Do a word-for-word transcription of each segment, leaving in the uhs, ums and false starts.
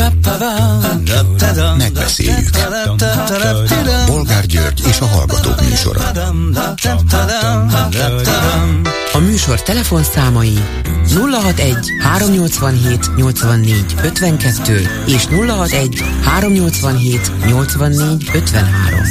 Megbeszéljük. Bolgár György és a Hallgatók műsora. A műsor telefonszámai nulla hatvanegy háromnyolcvanhét nyolcvannégy ötvenkettő és nulla hatvanegy háromnyolcvanhét nyolcvannégy ötvenhárom.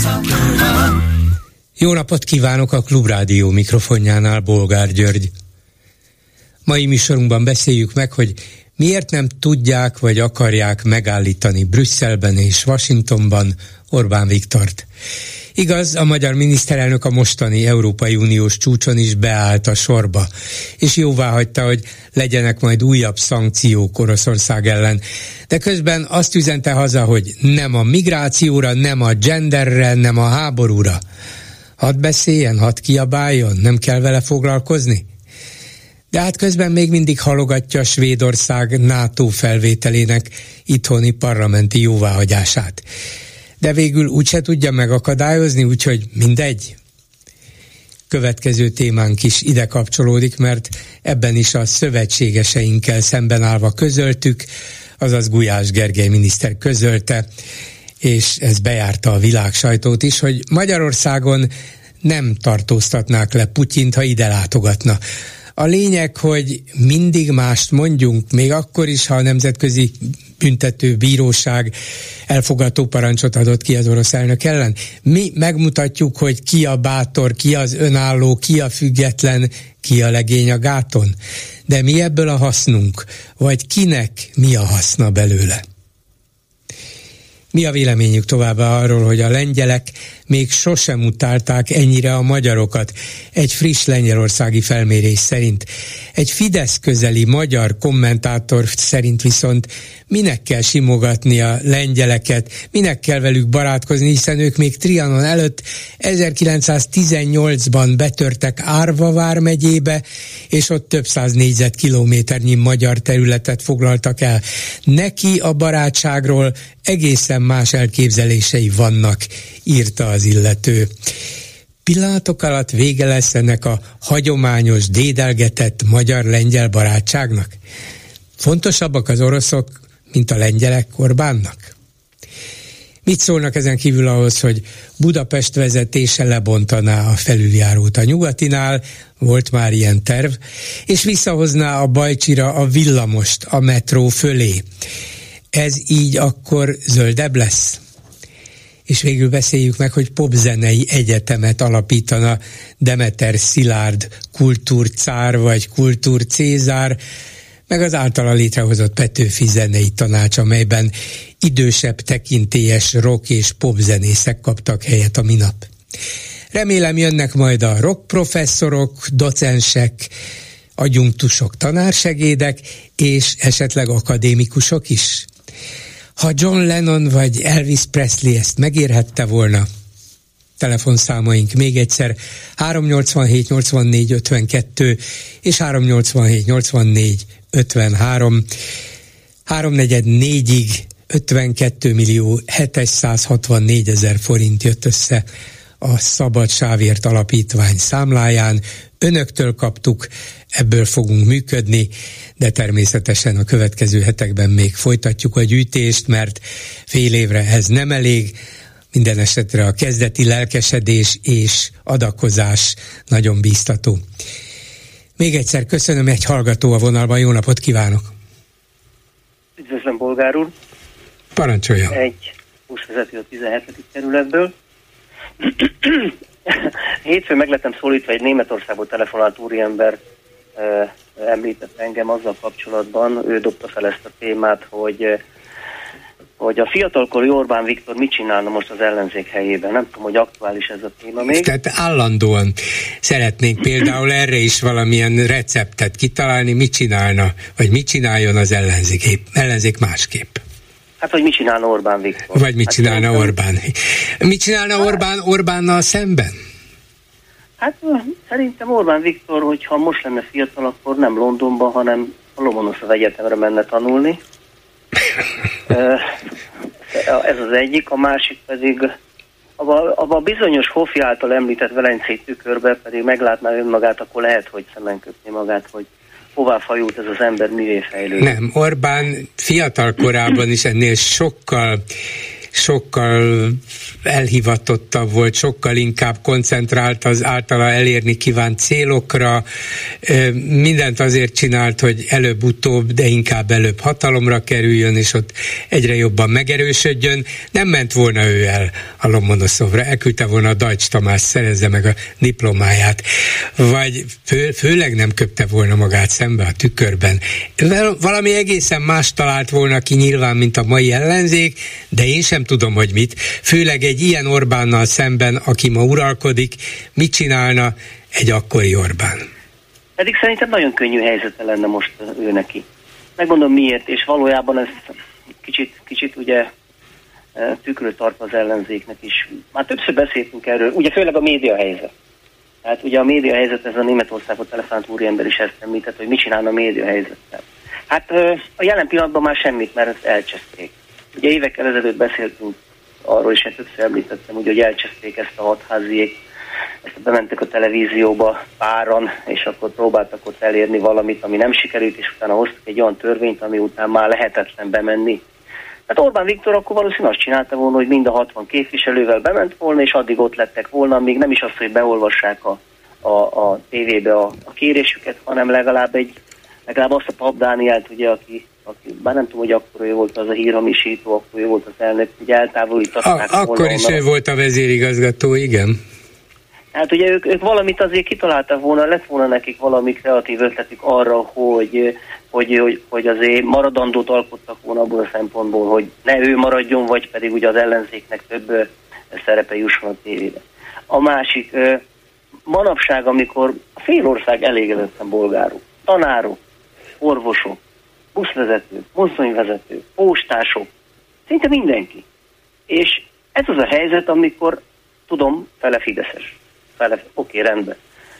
Jó napot kívánok, a Klubrádió mikrofonjánál Bolgár György. Mai műsorunkban beszéljük meg, hogy miért nem tudják vagy akarják megállítani Brüsszelben és Washingtonban Orbán Viktort. Igaz, a magyar miniszterelnök a mostani Európai Uniós csúcson is beállt a sorba, és jóváhagyta, hogy legyenek majd újabb szankciók Oroszország ellen. De közben azt üzente haza, hogy nem a migrációra, nem a genderre, nem a háborúra. Hadd beszéljen, hadd kiabáljon, nem kell vele foglalkozni? De hát közben még mindig halogatja Svédország NATO felvételének itthoni parlamenti jóváhagyását. De végül úgyse tudja megakadályozni, úgyhogy mindegy. Következő témánk is ide kapcsolódik, mert ebben is a szövetségeseinkkel szemben állva közöltük, azaz Gulyás Gergely miniszter közölte, és ez bejárta a világ sajtót is, hogy Magyarországon nem tartóztatnák le Putyint, ha ide látogatna. A lényeg, hogy mindig mást mondjunk, még akkor is, ha a Nemzetközi Büntető Bíróság elfogadó parancsot adott ki az orosz elnök ellen. Mi megmutatjuk, hogy ki a bátor, ki az önálló, ki a független, ki a legény a gáton. De mi ebből a hasznunk? Vagy kinek mi a haszna belőle? Mi a véleményük továbbá arról, hogy a lengyelek még sosem utálták ennyire a magyarokat? Egy friss lengyelországi felmérés szerint. Egy Fidesz közeli magyar kommentátor szerint viszont minek kell simogatni a lengyeleket, minek kell velük barátkozni, hiszen ők még Trianon előtt ezerkilencszáztizennyolcban betörtek Árva vármegyébe, és ott több száz négyzetkilométernyi magyar területet foglaltak el. Neki a barátságról egészen más elképzelései vannak, írta az illető. Pillanatok alatt vége lesz ennek a hagyományos, dédelgetett magyar-lengyel barátságnak? Fontosabbak az oroszok, mint a lengyelek Orbánnak? Mit szólnak ezen kívül ahhoz, hogy Budapest vezetése lebontaná a felüljárót a Nyugatinál, volt már ilyen terv, és visszahozná a Bajcsira a villamost a metró fölé? Ez így akkor zöldebb lesz? És végül beszéljük meg, hogy popzenei egyetemet alapítana Demeter Szilárd kultúrcár vagy kultúrcézár, meg az általa létrehozott Petőfi Zenei Tanács, amelyben idősebb tekintélyes rock és popzenészek kaptak helyet a minap. Remélem jönnek majd a rock professzorok, docensek, adjunktusok, tanársegédek és esetleg akadémikusok is. Ha John Lennon vagy Elvis Presley ezt megérhette volna, telefonszámaink még egyszer háromnyolcvanhét nyolcvannégy ötvenkettő és háromnyolcvanhét nyolcvannégy ötvenhárom, háromnegyed négyig ötvenkettő millió hétszázhatvannégy ezer forint jött össze a Szabad Sávért Alapítvány számláján. Önöktől kaptuk, ebből fogunk működni, de természetesen a következő hetekben még folytatjuk a gyűjtést, mert fél évre ez nem elég. Minden esetre a kezdeti lelkesedés és adakozás nagyon bíztató. Még egyszer köszönöm, egy hallgató a vonalban, jó napot kívánok! Üdvözlöm, Bolgár úr! Parancsolja! Egy buszvezető a tizenhetedik kerületből. Hétfőn meg lettem szólítva, egy Németországból telefonált úriember eh, említett engem azzal kapcsolatban, ő dobta fel ezt a témát, hogy eh, hogy a fiatalkori Orbán Viktor mit csinálna most az ellenzék helyében. Nem tudom, hogy aktuális ez a téma még. Tehát állandóan szeretnénk például erre is valamilyen receptet kitalálni, mit csinálna, vagy mit csináljon az ellenzék, ellenzék másképp. Hát, hogy mit csinálna Orbán Viktor. Vagy mit hát csinálna szerintem... Orbán. Mit csinálna hát... Orbán Orbánnal szemben? Hát szerintem Orbán Viktor, hogyha most lenne fiatal, akkor nem Londonban, hanem a Lomonosov Egyetemre menne tanulni. Ez az egyik, a másik pedig abban a bizonyos Hofi által említett velencei tükörbe pedig meglátná önmagát, akkor lehet, hogy szemen köpni magát, hogy hová fajult ez az ember, mivé fejlődött. Nem, Orbán fiatal korában is ennél sokkal sokkal elhivatottabb volt, sokkal inkább koncentrált az általa elérni kívánt célokra, mindent azért csinált, hogy előbb-utóbb, de inkább előbb hatalomra kerüljön, és ott egyre jobban megerősödjön. Nem ment volna ő el a Lomonoszovra, elküldte volna a Deutsch Tamás, szerezze meg a diplomáját, vagy fő, főleg nem köpte volna magát szembe a tükörben. Valami egészen más talált volna ki nyilván, mint a mai ellenzék, de én sem tudom, hogy mit. Főleg egy ilyen Orbánnal szemben, aki ma uralkodik, mit csinálna egy akkori Orbán? Pedig szerintem nagyon könnyű helyzete lenne most ő neki. Megmondom miért, és valójában ez kicsit, kicsit ugye tükröt tart az ellenzéknek is. Már többször beszéltünk erről, ugye főleg a média helyzet. Tehát ugye a média helyzet, ez a Németországot telefonált úriember is ezt említett, hogy mit csinálna a média helyzettel. Hát a jelen pillanatban már semmit, mert ezt elcseszték. Ugye évekkel ezelőtt beszéltünk arról is, én többször említettem, ugye, hogy elcseszték ezt a hatháziék, ezt bementek a televízióba páran, és akkor próbáltak ott elérni valamit, ami nem sikerült, és utána hoztak egy olyan törvényt, ami után már lehetetlen bemenni. Hát Orbán Viktor akkor valószínűleg azt csinálta volna, hogy mind a hatvan képviselővel bement volna, és addig ott lettek volna, még nem is azt, hogy beolvassák a, a, a tévébe a, a kérésüket, hanem legalább egy legalább azt a Pap Dánielt, ugye, aki aki, bár nem tudom, hogy akkor ő volt az a hírhamisító, akkor ő volt az elnök, ugye eltávolították volna. Akkor is ő volt a vezérigazgató, igen. Hát ugye ők, ők valamit azért kitaláltak volna, lett volna nekik valami kreatív ötletük arra, hogy, hogy, hogy, hogy azért maradandót alkottak volna abból a szempontból, hogy ne ő maradjon, vagy pedig ugye az ellenzéknek több szerepe jusson a tévébe. A másik, manapság, amikor a fél ország elégedetten bolgárok, tanárok, orvosok, buszvezetők, mozdonyvezetők, postások, szinte mindenki. És ez az a helyzet, amikor, tudom, fele fideszes. Fele, oké, rendben.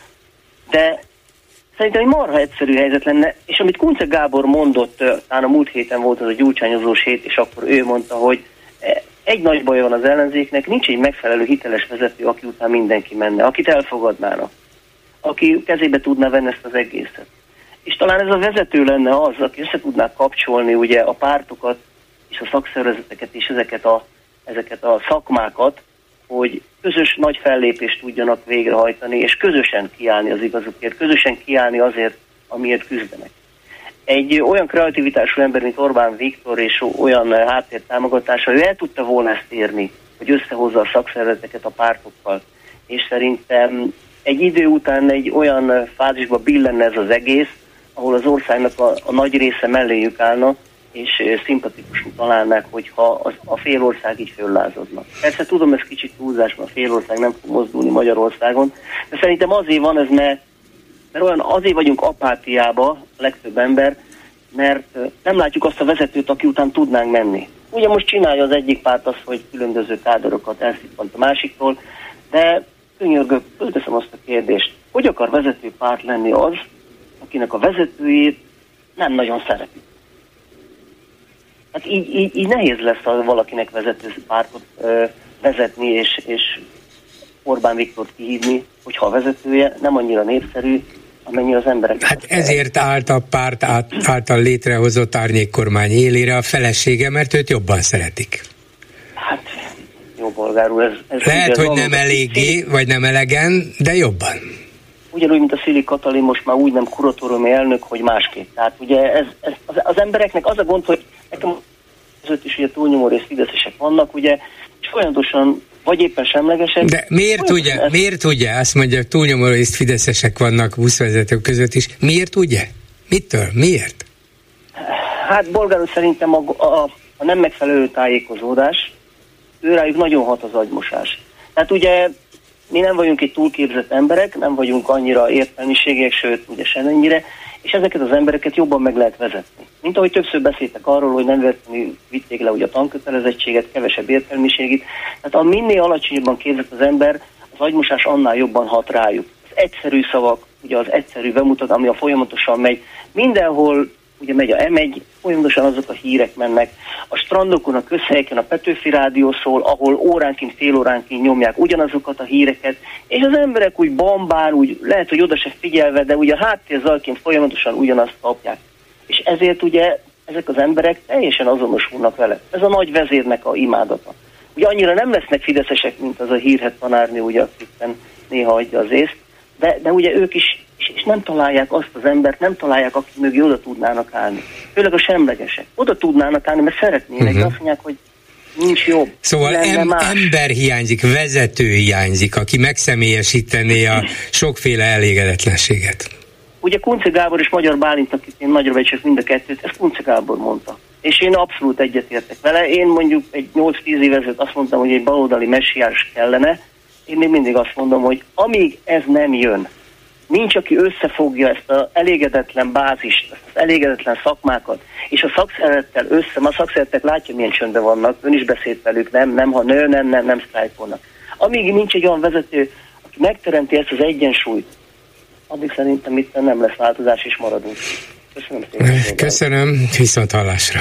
De szerintem egy marha egyszerű helyzet lenne, és amit Kunce Gábor mondott, talán a múlt héten volt az a gyurcsányozós hét, és akkor ő mondta, hogy egy nagy baj van az ellenzéknek, nincs egy megfelelő hiteles vezető, aki után mindenki menne, akit elfogadnának, aki kezébe tudná venni ezt az egészet. És talán ez a vezető lenne az, aki össze tudná kapcsolni ugye a pártokat és a szakszervezeteket és ezeket a, ezeket a szakmákat, hogy közös nagy fellépést tudjanak végrehajtani, és közösen kiállni az igazukért, közösen kiállni azért, amiért küzdenek. Egy olyan kreativitású ember, mint Orbán Viktor, és olyan háttértámogatása, ő el tudta volna ezt érni, hogy összehozza a szakszervezeteket a pártokkal. És szerintem egy idő után egy olyan fázisba billenne ez az egész, ahol az országnak a, a nagy része melléjük állna, és szimpatikusnak találnák, hogyha az, a fél ország így föllázadna. Persze tudom, ez kicsit túlzás, mert a fél ország nem fog mozdulni Magyarországon, de szerintem azért van ez, mert, mert olyan azért vagyunk apátiába, a legtöbb ember, mert nem látjuk azt a vezetőt, aki után tudnánk menni. Ugye most csinálja az egyik párt azt, hogy különböző kádorokat elszippant a másiktól, de könyörgök, fölteszem azt a kérdést, hogy akar vezető párt lenni az, akinek a vezetőjét nem nagyon szeretik. Hát így, így, így nehéz lesz a valakinek vezető pártot ö, vezetni, és, és Orbán Viktort kihívni, hogyha a vezetője nem annyira népszerű, amennyi az emberek. Hát ezért állt a párt által létrehozott árnyékkormány élére a felesége, mert őt jobban szeretik. Hát, jó polgár úr, ez... ez lehet, hogy nem eléggé, vagy nem elegen, de jobban. Ugyanúgy, mint a Szili Katalin most már úgy nem kuratóriumi elnök, hogy másképp. Tehát ugye ez, ez, az, az embereknek az a gond, hogy nekem között is ugye túlnyomó rész fideszesek vannak, ugye, és folyamatosan vagy éppen semlegesek. De miért ugye? Ez... Miért ugye? Azt mondja, túlnyomó részt fideszesek vannak buszvezetők között is. Miért ugye? Mitől? Miért? Hát bolgárul szerintem a, a, a nem megfelelő tájékozódás, őrájuk nagyon hat az agymosás. Tehát ugye mi nem vagyunk itt túlképzett emberek, nem vagyunk annyira értelmiségiek, sőt, ugye semennyire, és ezeket az embereket jobban meg lehet vezetni. Mint ahogy többször beszéltek arról, hogy nem véletlenül vitték le ugye a tankötelezettséget, kevesebb értelmiségit. Tehát a minél alacsonyabban képzett az ember, az agymosás annál jobban hat rájuk. Az egyszerű szavak, ugye az egyszerű bemutat, ami a folyamatosan megy. Mindenhol ugye megy a em egy, folyamatosan azok a hírek mennek. A strandokon, a közhelyeken a Petőfi Rádió szól, ahol óránként, fél óránként nyomják ugyanazokat a híreket, és az emberek úgy bambán, úgy lehet, hogy oda se figyelve, de ugye a háttérzajként folyamatosan ugyanazt kapják. És ezért ugye ezek az emberek teljesen azonosulnak vele. Ez a nagy vezérnek a imádata. Ugye annyira nem lesznek fideszesek, mint az a hírhet tanárnő, ugye, akikben néha adja az észt, de, de ugye ők is, és, és nem találják azt az embert, nem találják, akik mögé oda tudnának állni. Főleg a semlegesek. Oda tudnának állni, mert szeretnének, uh-huh. de azt mondják, hogy nincs jobb. Szóval em, ember hiányzik, vezető hiányzik, aki megszemélyesítené a sokféle elégedetlenséget. Ugye Kunce Gábor és Magyar Bálint, akit én nagyra becsülök mind a kettőt, ezt Kunce Gábor mondta. És én abszolút egyetértek vele. Én mondjuk egy nyolc-tíz év ezelőtt azt mondtam, hogy egy baloldali messiás kellene. Én még mindig azt mondom, hogy amíg ez nem jön, nincs, aki összefogja ezt az elégedetlen bázist, ezt az elégedetlen szakmákat, és a szakszervezettel össze, ma a szakszervezetek látja, milyen csöndben vannak, ön is beszélt velük, nem, nem, ha nő, nem, nem, nem sztrájkolnak. Amíg nincs egy olyan vezető, aki megteremti ezt az egyensúlyt, addig szerintem itt nem lesz változás, és maradunk. Köszönöm szépen. Köszönöm, viszont hallásra.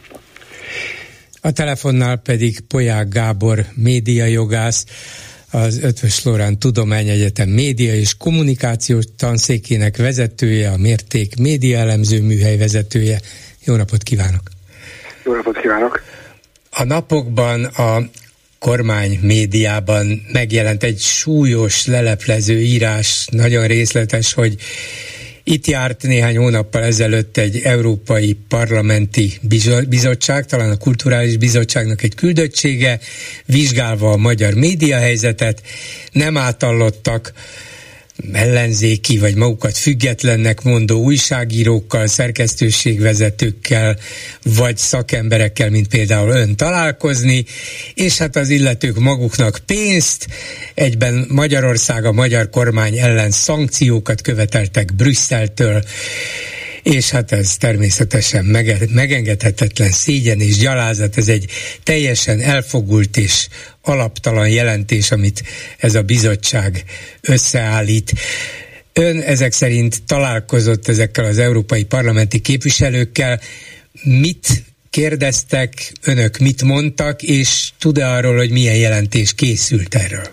A telefonnál pedig Polyák Gábor médiajogász, az Eötvös Loránd Tudományegyetem média és kommunikációs tanszékének vezetője, a Mérték médiaelemző műhely vezetője. Jó napot kívánok! Jó napot kívánok! A napokban a kormány médiában megjelent egy súlyos, leleplező írás, nagyon részletes, hogy itt járt néhány hónappal ezelőtt egy európai parlamenti bizottság, talán a Kulturális Bizottságnak egy küldöttsége, vizsgálva a magyar médiahelyzetet, nem átallottak ellenzéki vagy magukat függetlennek mondó újságírókkal, szerkesztőségvezetőkkel vagy szakemberekkel, mint például ön találkozni, és hát az illetők maguknak pénzt, egyben Magyarország, a magyar kormány ellen szankciókat követeltek Brüsszeltől, és hát ez természetesen mege- megengedhetetlen szégyen és gyalázat, ez egy teljesen elfogult és alaptalan jelentés, amit ez a bizottság összeállít. Ön ezek szerint találkozott ezekkel az európai parlamenti képviselőkkel, mit kérdeztek, önök mit mondtak, és tud-e arról, hogy milyen jelentés készült erről?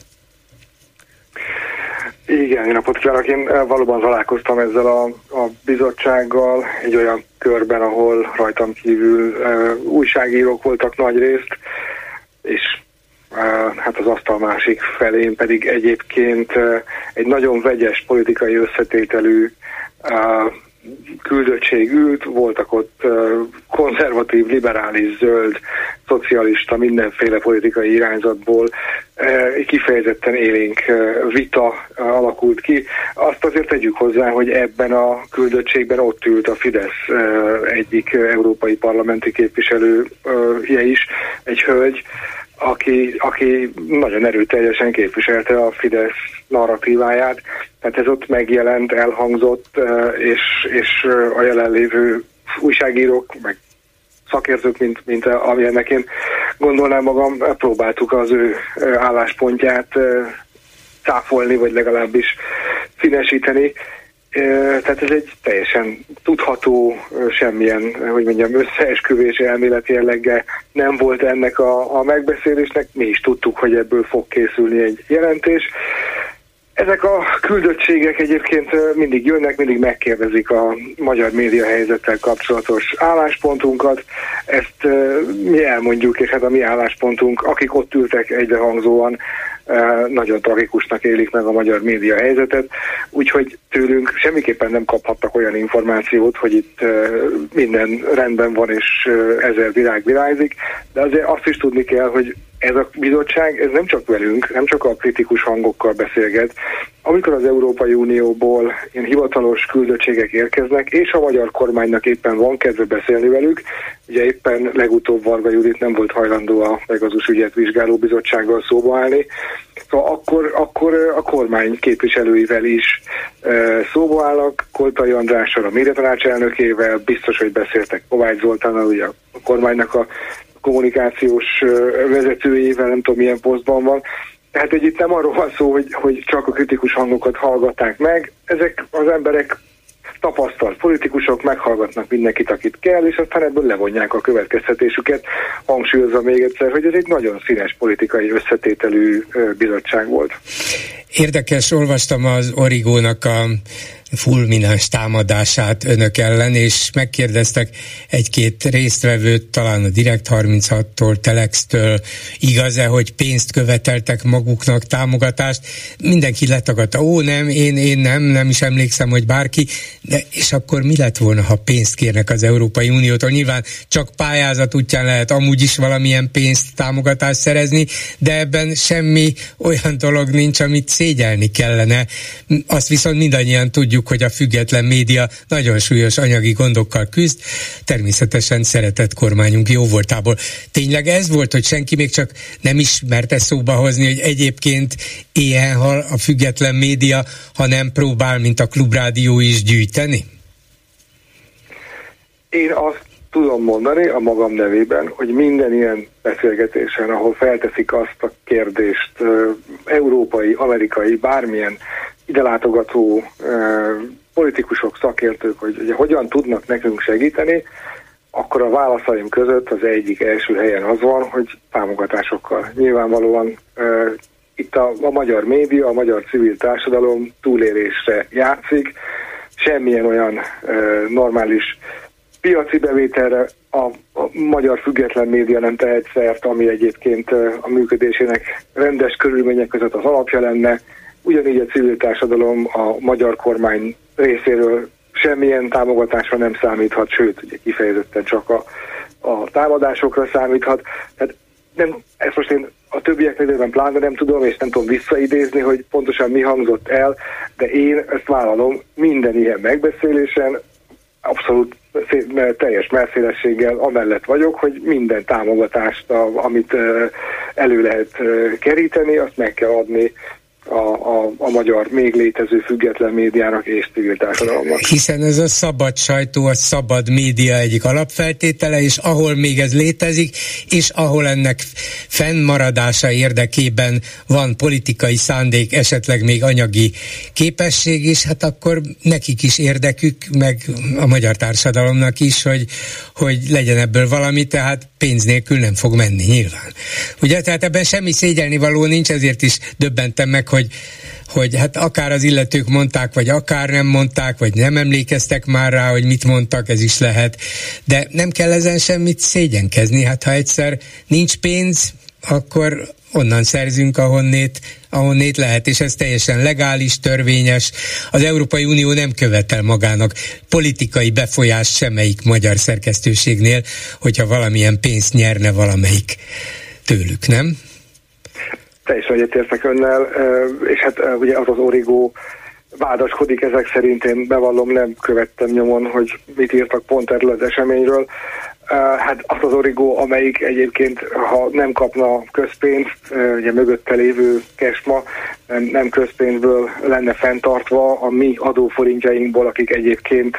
Igen, én napot kívánok. Én valóban találkoztam ezzel a, a bizottsággal egy olyan körben, ahol rajtam kívül uh, újságírók voltak nagy részt, és uh, hát az asztal másik felén pedig egyébként uh, egy nagyon vegyes politikai összetételű uh, küldöttség ült, voltak ott uh, konzervatív, liberális, zöld, szocialista, mindenféle politikai irányzatból uh, kifejezetten élénk uh, vita uh, alakult ki. Azt azért tegyük hozzá, hogy ebben a küldöttségben ott ült a Fidesz uh, egyik uh, európai parlamenti képviselője is, egy hölgy, aki, aki nagyon erőteljesen képviselte a Fidesz narratíváját. Tehát ez ott megjelent, elhangzott, és, és a jelenlévő újságírók, meg szakértők, mint, mint amilyennek én gondolnám magam, próbáltuk az ő álláspontját cáfolni, vagy legalábbis színesíteni. Tehát ez egy teljesen tudható, semmilyen, hogy mondjam, összeesküvés elmélet jelleggel nem volt ennek a, a megbeszélésnek. Mi is tudtuk, hogy ebből fog készülni egy jelentés. Ezek a küldöttségek egyébként mindig jönnek, mindig megkérdezik a magyar média helyzettel kapcsolatos álláspontunkat. Ezt mi elmondjuk, és hát a mi álláspontunk, akik ott ültek egybehangzóan, nagyon tragikusnak élik meg a magyar média helyzetet, úgyhogy tőlünk semmiképpen nem kaphattak olyan információt, hogy itt minden rendben van és ezer virág virágzik, de azért azt is tudni kell, hogy ez a bizottság, ez nem csak velünk, nem csak a kritikus hangokkal beszélget. Amikor az Európai Unióból ilyen hivatalos küldöttségek érkeznek, és a magyar kormánynak éppen van kedve beszélni velük, ugye éppen legutóbb Varga Judit nem volt hajlandó a Pegazus ügyet vizsgáló bizottsággal szóba állni, szóval akkor, akkor a kormány képviselőivel is e, szóba állnak, Koltai Andrással, a médiatanács elnökével, biztos, hogy beszéltek Kovács Zoltánnal, ugye a kormánynak a kommunikációs vezetőjével, nem tudom milyen posztban van. Tehát, hogy itt nem arról van szó, hogy, hogy csak a kritikus hangokat hallgatták meg. Ezek az emberek tapasztalt politikusok meghallgatnak mindenkit, akit kell, és aztán ebből levonják a következtetésüket, hangsúlyozva még egyszer, hogy ez egy nagyon színes politikai összetételű bizottság volt. Érdekes, olvastam az Origónak a fulmináns támadását önök ellen, és megkérdeztek egy-két résztvevőt, talán a Direkt harminchattól, Telextől, igaz-e, hogy pénzt követeltek maguknak, támogatást? Mindenki letagadta, ó nem, én, én nem, nem is emlékszem, hogy bárki, de és akkor mi lett volna, ha pénzt kérnek az Európai Uniótól? Nyilván csak pályázat útján lehet amúgy is valamilyen pénzt, támogatást szerezni, de ebben semmi olyan dolog nincs, amit szégyelni kellene. Azt viszont mindannyian tudjuk, hogy a független média nagyon súlyos anyagi gondokkal küzd, természetesen szeretett kormányunk jóvoltából. Tényleg ez volt, hogy senki még csak nem ismerte szóba hozni, hogy egyébként éhen hal a független média, ha nem próbál, mint a Klubrádió is gyűjteni? Én azt tudom mondani a magam nevében, hogy minden ilyen beszélgetésen, ahol felteszik azt a kérdést, európai, amerikai, bármilyen ide látogató politikusok, szakértők, hogy ugye hogyan tudnak nekünk segíteni, akkor a válaszaim között az egyik első helyen az van, hogy támogatásokkal. Nyilvánvalóan itt a, a magyar média, a magyar civil társadalom túlélésre játszik, semmilyen olyan normális piaci bevételre a, a magyar független média nem tehet szert, ami egyébként a működésének rendes körülmények között az alapja lenne. Ugyanígy a civil társadalom a magyar kormány részéről semmilyen támogatásra nem számíthat, sőt, ugye kifejezetten csak a, a támadásokra számíthat. Tehát nem, ezt most én a többiek nevében pláne nem tudom, és nem tudom visszaidézni, hogy pontosan mi hangzott el, de én ezt vállalom minden ilyen megbeszélésen, abszolút teljes merszélességgel amellett vagyok, hogy minden támogatást, amit elő lehet keríteni, azt meg kell adni A, a, a magyar még létező független médiának és civil társadalomnak. Hiszen ez a szabad sajtó, a szabad média egyik alapfeltétele, és ahol még ez létezik, és ahol ennek fennmaradása érdekében van politikai szándék, esetleg még anyagi képesség is, hát akkor nekik is érdekük, meg a magyar társadalomnak is, hogy, hogy legyen ebből valami, tehát pénz nélkül nem fog menni nyilván. Ugye, tehát ebben semmi szégyelni való nincs, ezért is döbbentem meg, hogy, hogy hát akár az illetők mondták, vagy akár nem mondták, vagy nem emlékeztek már rá, hogy mit mondtak, ez is lehet. De nem kell ezen semmit szégyenkezni, hát ha egyszer nincs pénz, akkor onnan szerzünk, ahonnét, ahonnét lehet, és ez teljesen legális, törvényes. Az Európai Unió nem követel magának politikai befolyást semmelyik magyar szerkesztőségnél, hogyha valamilyen pénzt nyerne valamelyik tőlük, nem? Teljesen egyetértek önnel, és hát ugye az az Origo vádaskodik ezek szerint, én bevallom, nem követtem nyomon, hogy mit írtak pont erről az eseményről. Hát az az Origo, amelyik egyébként, ha nem kapna közpénzt, ugye mögötte lévő Kesma nem, nem közpénzből lenne fenntartva, a mi adóforintjainkból, akik egyébként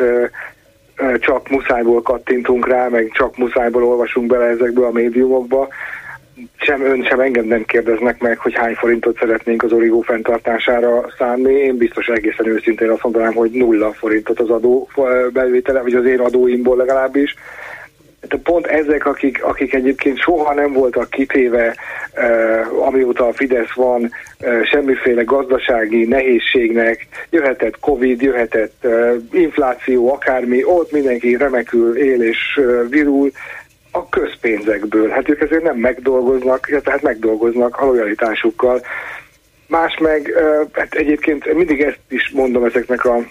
csak muszájból kattintunk rá, meg csak muszájból olvasunk bele ezekből a médiumokba. Sem ön, sem engem nem kérdeznek meg, hogy hány forintot szeretnénk az Origo fenntartására szánni. Én biztos egészen őszintén azt mondanám, hogy nulla forintot az adó bevétele, vagy az én adóimból legalábbis. De pont ezek, akik, akik egyébként soha nem voltak kitéve, eh, amióta a Fidesz van, eh, semmiféle gazdasági nehézségnek, jöhetett Covid, jöhetett eh, infláció, akármi, ott mindenki remekül él és eh, virul, a közpénzekből. Hát ők ezért nem megdolgoznak, tehát megdolgoznak a lojalitásukkal. Más meg, eh, hát egyébként mindig ezt is mondom ezeknek a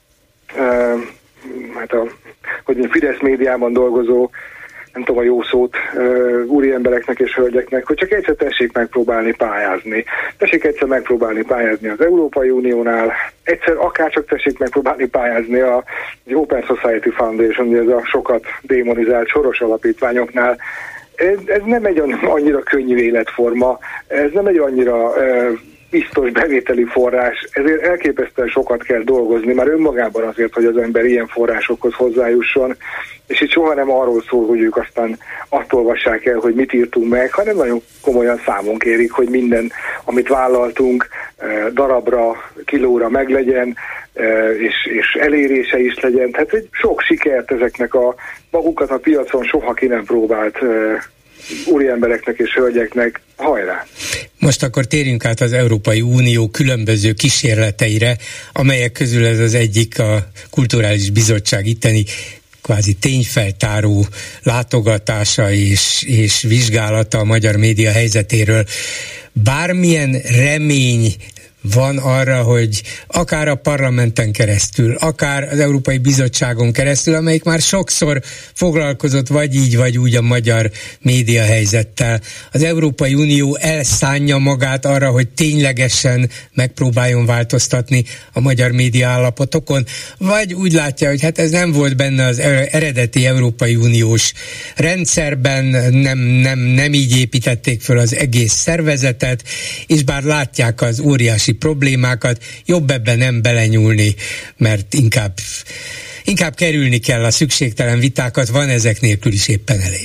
eh, hát a, hogy a Fidesz médiában dolgozó, nem tudom a jó szót, uh, úri embereknek és hölgyeknek, hogy csak egyszer tessék megpróbálni pályázni. Tessék egyszer megpróbálni pályázni az Európai Uniónál, egyszer akár csak tessék megpróbálni pályázni a Open Society Foundation, ez a sokat démonizált soros alapítványoknál. Ez, ez nem egy annyira könnyű életforma, ez nem egy annyira uh, biztos bevételi forrás, ezért elképesztően sokat kell dolgozni, már önmagában azért, hogy az ember ilyen forrásokhoz hozzájusson, és itt soha nem arról szól, hogy ők aztán azt olvassák el, hogy mit írtunk meg, hanem nagyon komolyan számon kérik, hogy minden, amit vállaltunk, darabra, kilóra meglegyen, és, és elérése is legyen. Tehát egy sok sikert ezeknek a magukat a piacon soha ki nem próbált úriembereknek és hölgyeknek, hajrá! Most akkor térjünk át az Európai Unió különböző kísérleteire, amelyek közül ez az egyik a Kulturális Bizottság itteni kvázi tényfeltáró látogatása és, és vizsgálata a magyar média helyzetéről. Bármilyen remény van arra, hogy akár a parlamenten keresztül, akár az Európai Bizottságon keresztül, amelyik már sokszor foglalkozott vagy így, vagy úgy a magyar média helyzettel. Az Európai Unió elszánja magát arra, hogy ténylegesen megpróbáljon változtatni a magyar média állapotokon, vagy úgy látja, hogy hát ez nem volt benne az eredeti Európai Uniós rendszerben, nem, nem, nem így építették föl az egész szervezetet, és bár látják az óriási problémákat, jobb ebben nem belenyúlni, mert inkább, inkább kerülni kell a szükségtelen vitákat, van ezek nélkül is éppen elég.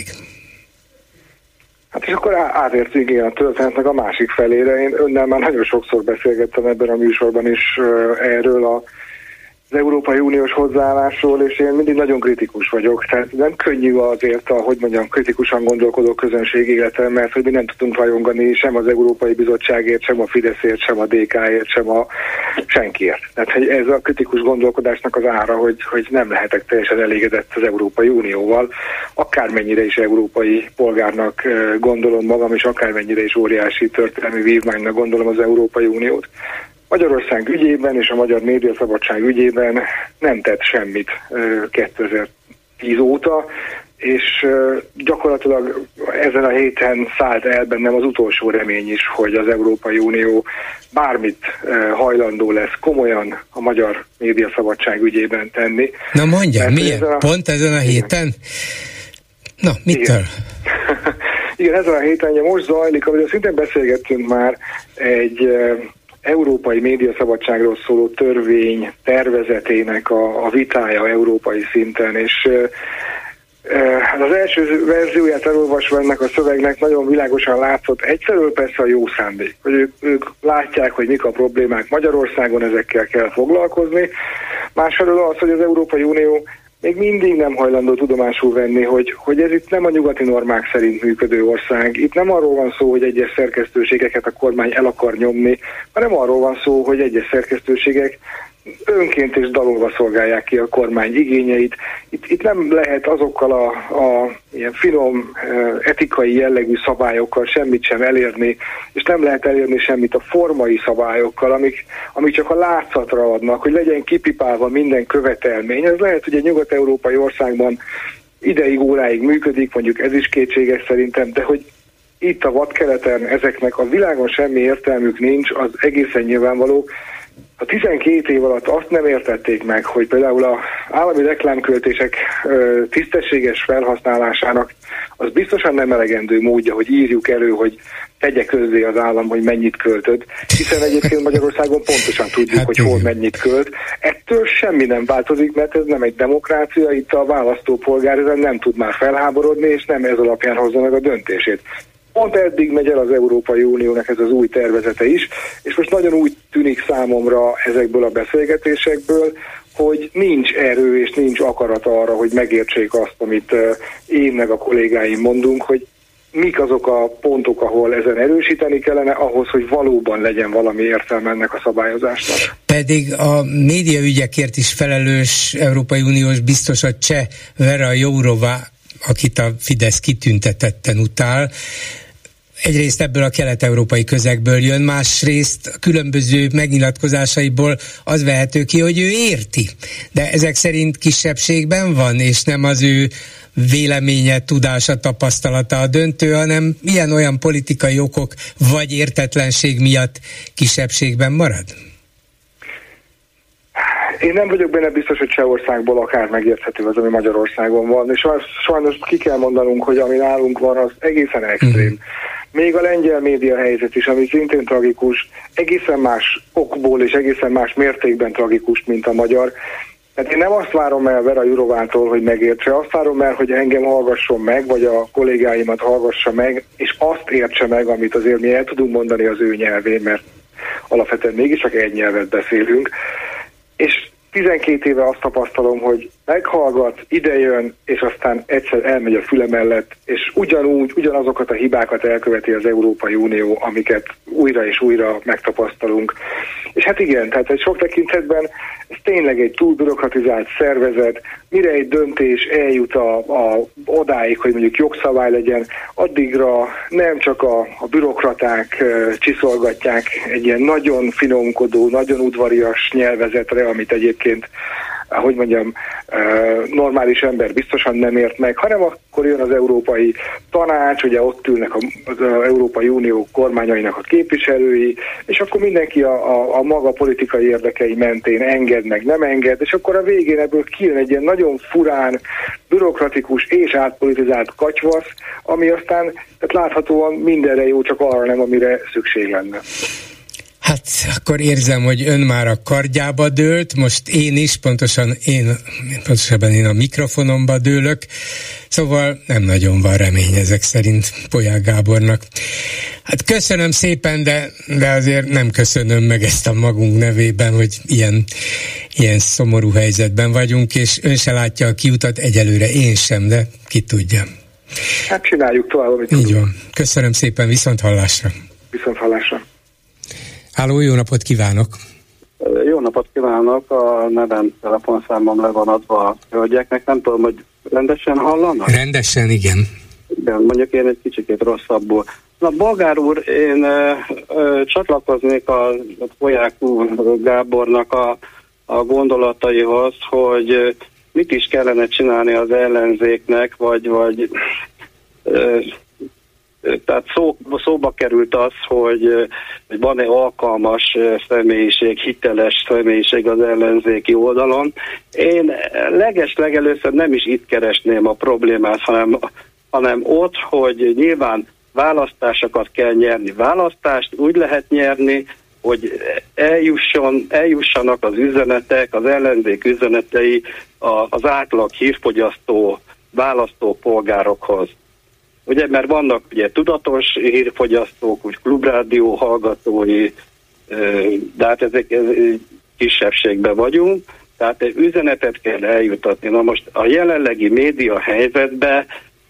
Hát és akkor átértünk ilyen a történetnek a másik felére. Én önnel már nagyon sokszor beszélgettem ebben a műsorban is erről a az Európai Uniós hozzáállásról, és én mindig nagyon kritikus vagyok. Tehát nem könnyű azért a, hogy mondjam, kritikusan gondolkodó közönség élete, mert hogy mi nem tudunk rajongani sem az Európai Bizottságért, sem a Fideszért, sem a dé ká-ért, sem a senkiért. Tehát hogy ez a kritikus gondolkodásnak az ára, hogy, hogy nem lehetek teljesen elégedett az Európai Unióval, akármennyire is európai polgárnak gondolom magam, és akármennyire is óriási történelmi vívmánynak gondolom az Európai Uniót. Magyarország ügyében és a magyar médiaszabadság ügyében nem tett semmit kétezer-tíz óta, és gyakorlatilag ezen a héten szállt el bennem az utolsó remény is, hogy az Európai Unió bármit hajlandó lesz komolyan a magyar médiaszabadság ügyében tenni. Na mondja, miért? Ezen a... Pont ezen a héten? Na, mitől? Igen, ezen a héten ugye most zajlik, ahogy szintén beszélgettünk már, egy európai médiaszabadságról szóló törvény tervezetének a, a vitája európai szinten, és e, az első verzióját elolvasva ennek a szövegnek nagyon világosan látszott egyfelől persze a jó szándék, hogy ők, ők látják, hogy mik a problémák Magyarországon, ezekkel kell foglalkozni, másfelől az, hogy az Európai Unió még mindig nem hajlandó tudomásul venni, hogy, hogy ez itt nem a nyugati normák szerint működő ország. Itt nem arról van szó, hogy egyes szerkesztőségeket a kormány el akar nyomni, hanem arról van szó, hogy egyes szerkesztőségek önként és dalolva szolgálják ki a kormány igényeit. Itt, itt nem lehet azokkal a, a ilyen finom etikai jellegű szabályokkal semmit sem elérni, és nem lehet elérni semmit a formai szabályokkal, amik, amik csak a látszatra adnak, hogy legyen kipipálva minden követelmény. Ez lehet, hogy egy nyugat-európai országban ideig, óráig működik, mondjuk ez is kétséges szerintem, de hogy itt a vadkeleten ezeknek a világon semmi értelmük nincs, az egészen nyilvánvaló. A tizenkét év alatt azt nem értették meg, hogy például az állami reklámköltések tisztességes felhasználásának az biztosan nem elegendő módja, hogy írjuk elő, hogy tegye közzé az állam, hogy mennyit költött, hiszen egyébként Magyarországon pontosan tudjuk, hát hogy hol mennyit költ. Ettől semmi nem változik, mert ez nem egy demokrácia, itt a választópolgár ezen nem tud már felháborodni, és nem ez alapján hozza meg a döntését. Pont eddig megy el az Európai Uniónak ez az új tervezete is, és most nagyon úgy tűnik számomra ezekből a beszélgetésekből, hogy nincs erő és nincs akarat arra, hogy megértsék azt, amit én meg a kollégáim mondunk, hogy mik azok a pontok, ahol ezen erősíteni kellene, ahhoz, hogy valóban legyen valami értelme ennek a szabályozásnak. Pedig a médiaügyekért is felelős Európai Uniós biztos a cseh Vera Jourová, akit a Fidesz kitüntetetten utál, egyrészt ebből a kelet-európai közegből jön, másrészt a különböző megnyilatkozásaiból az vehető ki, hogy ő érti. De ezek szerint kisebbségben van, és nem az ő véleménye, tudása, tapasztalata a döntő, hanem ilyen-olyan politikai okok vagy értetlenség miatt kisebbségben marad? Én nem vagyok benne biztos, hogy Csehországból akár megérthető az, ami Magyarországon van, és sajnos ki kell mondanunk, hogy ami nálunk van, az egészen extrém. Mm. Még a lengyel média helyzet is, ami szintén tragikus, egészen más okból és egészen más mértékben tragikus, mint a magyar. Tehát én nem azt várom el Vera Jourovától, hogy megértse, azt várom el, hogy engem hallgasson meg, vagy a kollégáimat hallgassa meg, és azt értse meg, amit azért mi el tudunk mondani az ő nyelvén, mert alapvetően mégiscsak egy nyelvet beszélünk. és tizenkét éve azt tapasztalom, hogy meghallgat, idejön, és aztán egyszer elmegy a füle mellett, és ugyanúgy, ugyanazokat a hibákat elköveti az Európai Unió, amiket újra és újra megtapasztalunk. És hát igen, tehát egy sok tekintetben ez tényleg egy túlbürokratizált szervezet, mire egy döntés eljut a, a, odáig, hogy mondjuk jogszabály legyen, addigra nem csak a, a bürokraták e, csiszolgatják egy ilyen nagyon finomkodó, nagyon udvarias nyelvezetre, amit egyébként, ahogy mondjam, normális ember biztosan nem ért meg, hanem akkor jön az Európai Tanács, ugye ott ülnek az Európai Unió kormányainak a képviselői, és akkor mindenki a, a, a maga politikai érdekei mentén enged meg, nem enged, és akkor a végén ebből kijön egy ilyen nagyon furán, bürokratikus és átpolitizált katyvasz, ami aztán tehát láthatóan mindenre jó, csak arra nem, amire szükség lenne. Hát akkor érzem, hogy ön már a kardjába dőlt, most én is, pontosan én, pontosabban én a mikrofonomba dőlök, szóval nem nagyon van remény ezek szerint Polyák Gábornak. Hát köszönöm szépen, de, de azért nem köszönöm meg ezt a magunk nevében, hogy ilyen, ilyen szomorú helyzetben vagyunk, és ön se látja a kiutat, egyelőre én sem, de ki tudja. Hát csináljuk tovább, amit Így van. Köszönöm szépen, viszont hallásra. Viszont hallásra. Háló, jó napot kívánok! Jó napot kívánok! A nevem, telefonszámom le van adva a hölgyeknek. Nem tudom, hogy rendesen hallanak? Rendesen, igen. Igen, mondjuk én egy kicsikét rosszabbul. Na, Bolgár úr, én ö, ö, csatlakoznék a, a Polyák Gábornak a, a gondolataihoz, hogy ö, mit is kellene csinálni az ellenzéknek, vagy, vagy ö, tehát szó, szóba került az, hogy, hogy van-e alkalmas személyiség, hiteles személyiség az ellenzéki oldalon. Én leges-legelőször nem is itt keresném a problémát, hanem, hanem ott, hogy nyilván választásokat kell nyerni. Választást úgy lehet nyerni, hogy eljusson, eljussanak az üzenetek, az ellenzék üzenetei az átlag hírfogyasztó választópolgárokhoz. Ugye, mert vannak ugye tudatos hírfogyasztók, úgy klubrádió hallgatói, de hát ezek ez, kisebbségben vagyunk, tehát egy üzenetet kell eljutatni. Na most a jelenlegi média helyzetben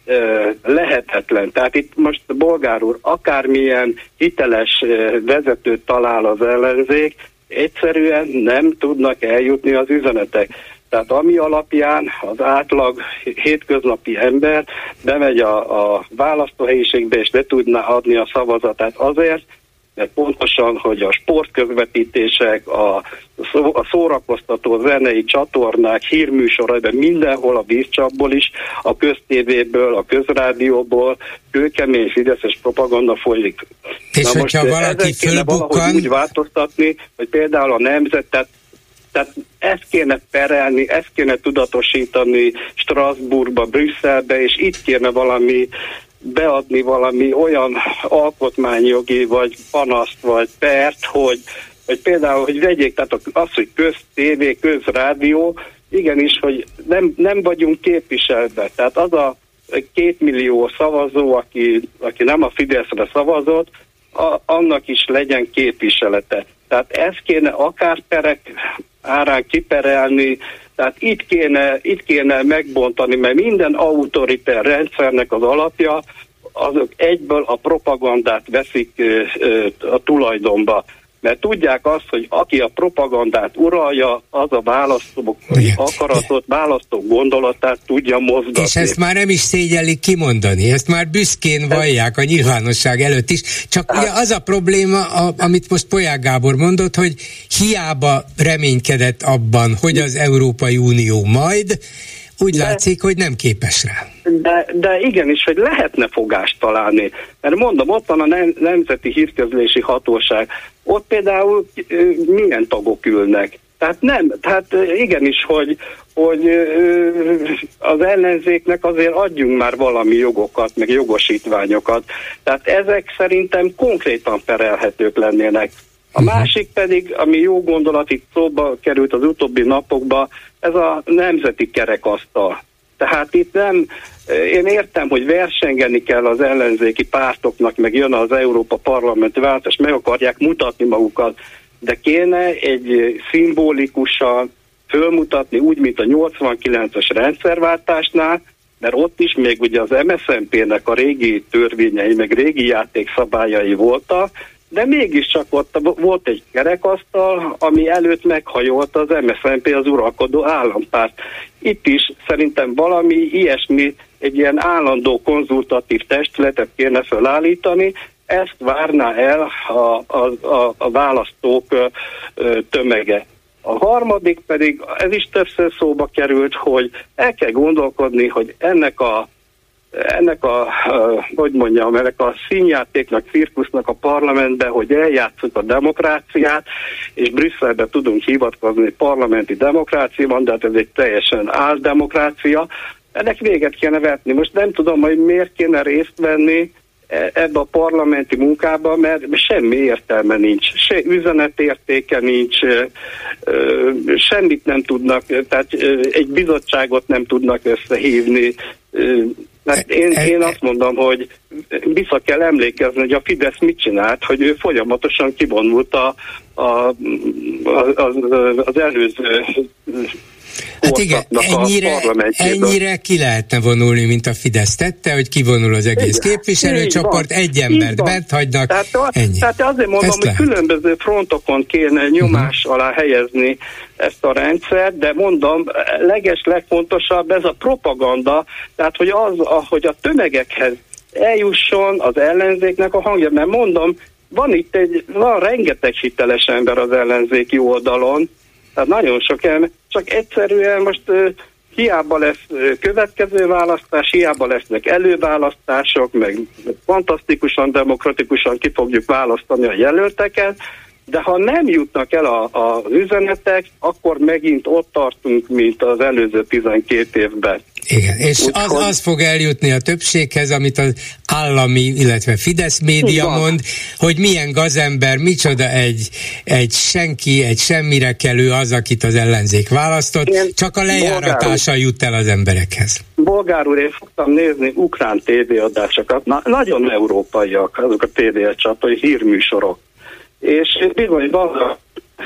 lehetetlen. Tehát itt most Bolgár úr akármilyen hiteles vezetőt talál az ellenzék, egyszerűen nem tudnak eljutni az üzenetek. Tehát ami alapján az átlag hétköznapi ember bemegy a, a választóhelyiségbe, és le tudná adni a szavazatát azért, mert pontosan, hogy a sportközvetítések, a, szó, a szórakoztató zenei csatornák, hírműsoraiban mindenhol a vízcsapból is, a köztévéből, a közrádióból kőkemény fideszes propaganda folyik. És na hogyha most valaki fölbukkan... úgy változtatni, hogy például a nemzetet, tehát ezt kéne perelni, ezt kéne tudatosítani Strasbourgba, Brüsszelbe, és itt kéne valami beadni valami olyan alkotmányjogi, vagy panaszt, vagy pert, hogy, hogy például, hogy vegyék, tehát az, hogy köztévé, közrádió, igenis, hogy nem, nem vagyunk képviselve. Tehát az a két millió szavazó, aki, aki nem a Fideszre szavazott, a, annak is legyen képviselete. Tehát ezt kéne akár perek árán kiperelni, tehát itt kéne, itt kéne megbontani, mert minden autoriter rendszernek az alapja, azok egyből a propagandát veszik ö, ö, a tulajdonba. Mert tudják azt, hogy aki a propagandát uralja, az a választók akaratot, választók gondolatát tudja mozgatni. És ezt már nem is szégyellik kimondani, ezt már büszkén vallják a nyilvánosság előtt is. Csak hát, ugye az a probléma, a, amit most Polyák Gábor mondott, hogy hiába reménykedett abban, hogy az Európai Unió majd, úgy de, látszik, hogy nem képes rá. De, de igenis, hogy lehetne fogást találni. Mert mondom, ott van a nem, Nemzeti Hírközlési Hatóság. Ott például milyen tagok ülnek. Tehát nem, tehát igenis, hogy, hogy az ellenzéknek azért adjunk már valami jogokat, meg jogosítványokat. Tehát ezek szerintem konkrétan perelhetők lennének. A másik pedig, ami jó gondolat, itt szóba került az utóbbi napokban, ez a nemzeti kerekasztal. Tehát itt nem, én értem, hogy versengeni kell az ellenzéki pártoknak, meg jön az Európa Parlamenti választás, meg akarják mutatni magukat, de kéne egy szimbolikusan fölmutatni, úgy, mint a nyolcvankilences rendszerváltásnál, mert ott is még ugye az em es zé en pé-nek a régi törvényei, meg régi játékszabályai voltak, de mégiscsak ott volt egy kerekasztal, ami előtt meghajolt az em es zé en pé, az uralkodó állampárt. Itt is szerintem valami ilyesmi, egy ilyen állandó konzultatív testületet kéne felállítani, ezt várná el a, a, a, a választók tömege. A harmadik pedig, ez is többször szóba került, hogy el kell gondolkodni, hogy ennek a, ennek a, hogy mondjam, ennek a színjátéknak, cirkusznak a parlamentben, hogy eljátszuk a demokráciát, és Brüsszelben tudunk hivatkozni parlamenti demokráciában, de hát ez egy teljesen áldemokrácia. Ennek véget kéne vetni. Most nem tudom, hogy miért kéne részt venni ebbe a parlamenti munkába, mert semmi értelme nincs, se üzenetértéke nincs, semmit nem tudnak, tehát egy bizottságot nem tudnak összehívni. Hát én, én azt mondom, hogy vissza kell emlékezni, hogy a Fidesz mit csinált, hogy ő folyamatosan kivonult a, a, az, az előző Hát igen, ennyire, ennyire ki lehetne vonulni, mint a Fidesz tette, hogy kivonul az egész igen, képviselőcsoport, egy embert bent hagynak, tehát, ennyi. Tehát azért mondom, ezt hogy lehet. Különböző frontokon kéne nyomás uh-huh. alá helyezni ezt a rendszert, de mondom, leges, legfontosabb ez a propaganda, tehát hogy az, hogy a tömegekhez eljusson az ellenzéknek a hangja, mert mondom, van itt egy, van rengeteg hiteles ember az ellenzéki oldalon, tehát nagyon sok ember, csak egyszerűen most uh, hiába lesz uh, következő választás, hiába lesznek előválasztások, meg fantasztikusan, demokratikusan ki fogjuk választani a jelölteket, de ha nem jutnak el a, a, az üzenetek, akkor megint ott tartunk, mint az előző tizenkét évben. Igen, és Úgy, az, az fog eljutni a többséghez, amit az állami, illetve Fidesz média mond, hogy milyen gazember, micsoda egy, egy senki, egy semmire kelő az, akit az ellenzék választott, én csak a lejáratása jut el az emberekhez. Bolgár úr, én fogtam nézni ukrán tévéadásokat, Na, nagyon európaiak azok a tévécsatornák, hírműsorok. És bizony van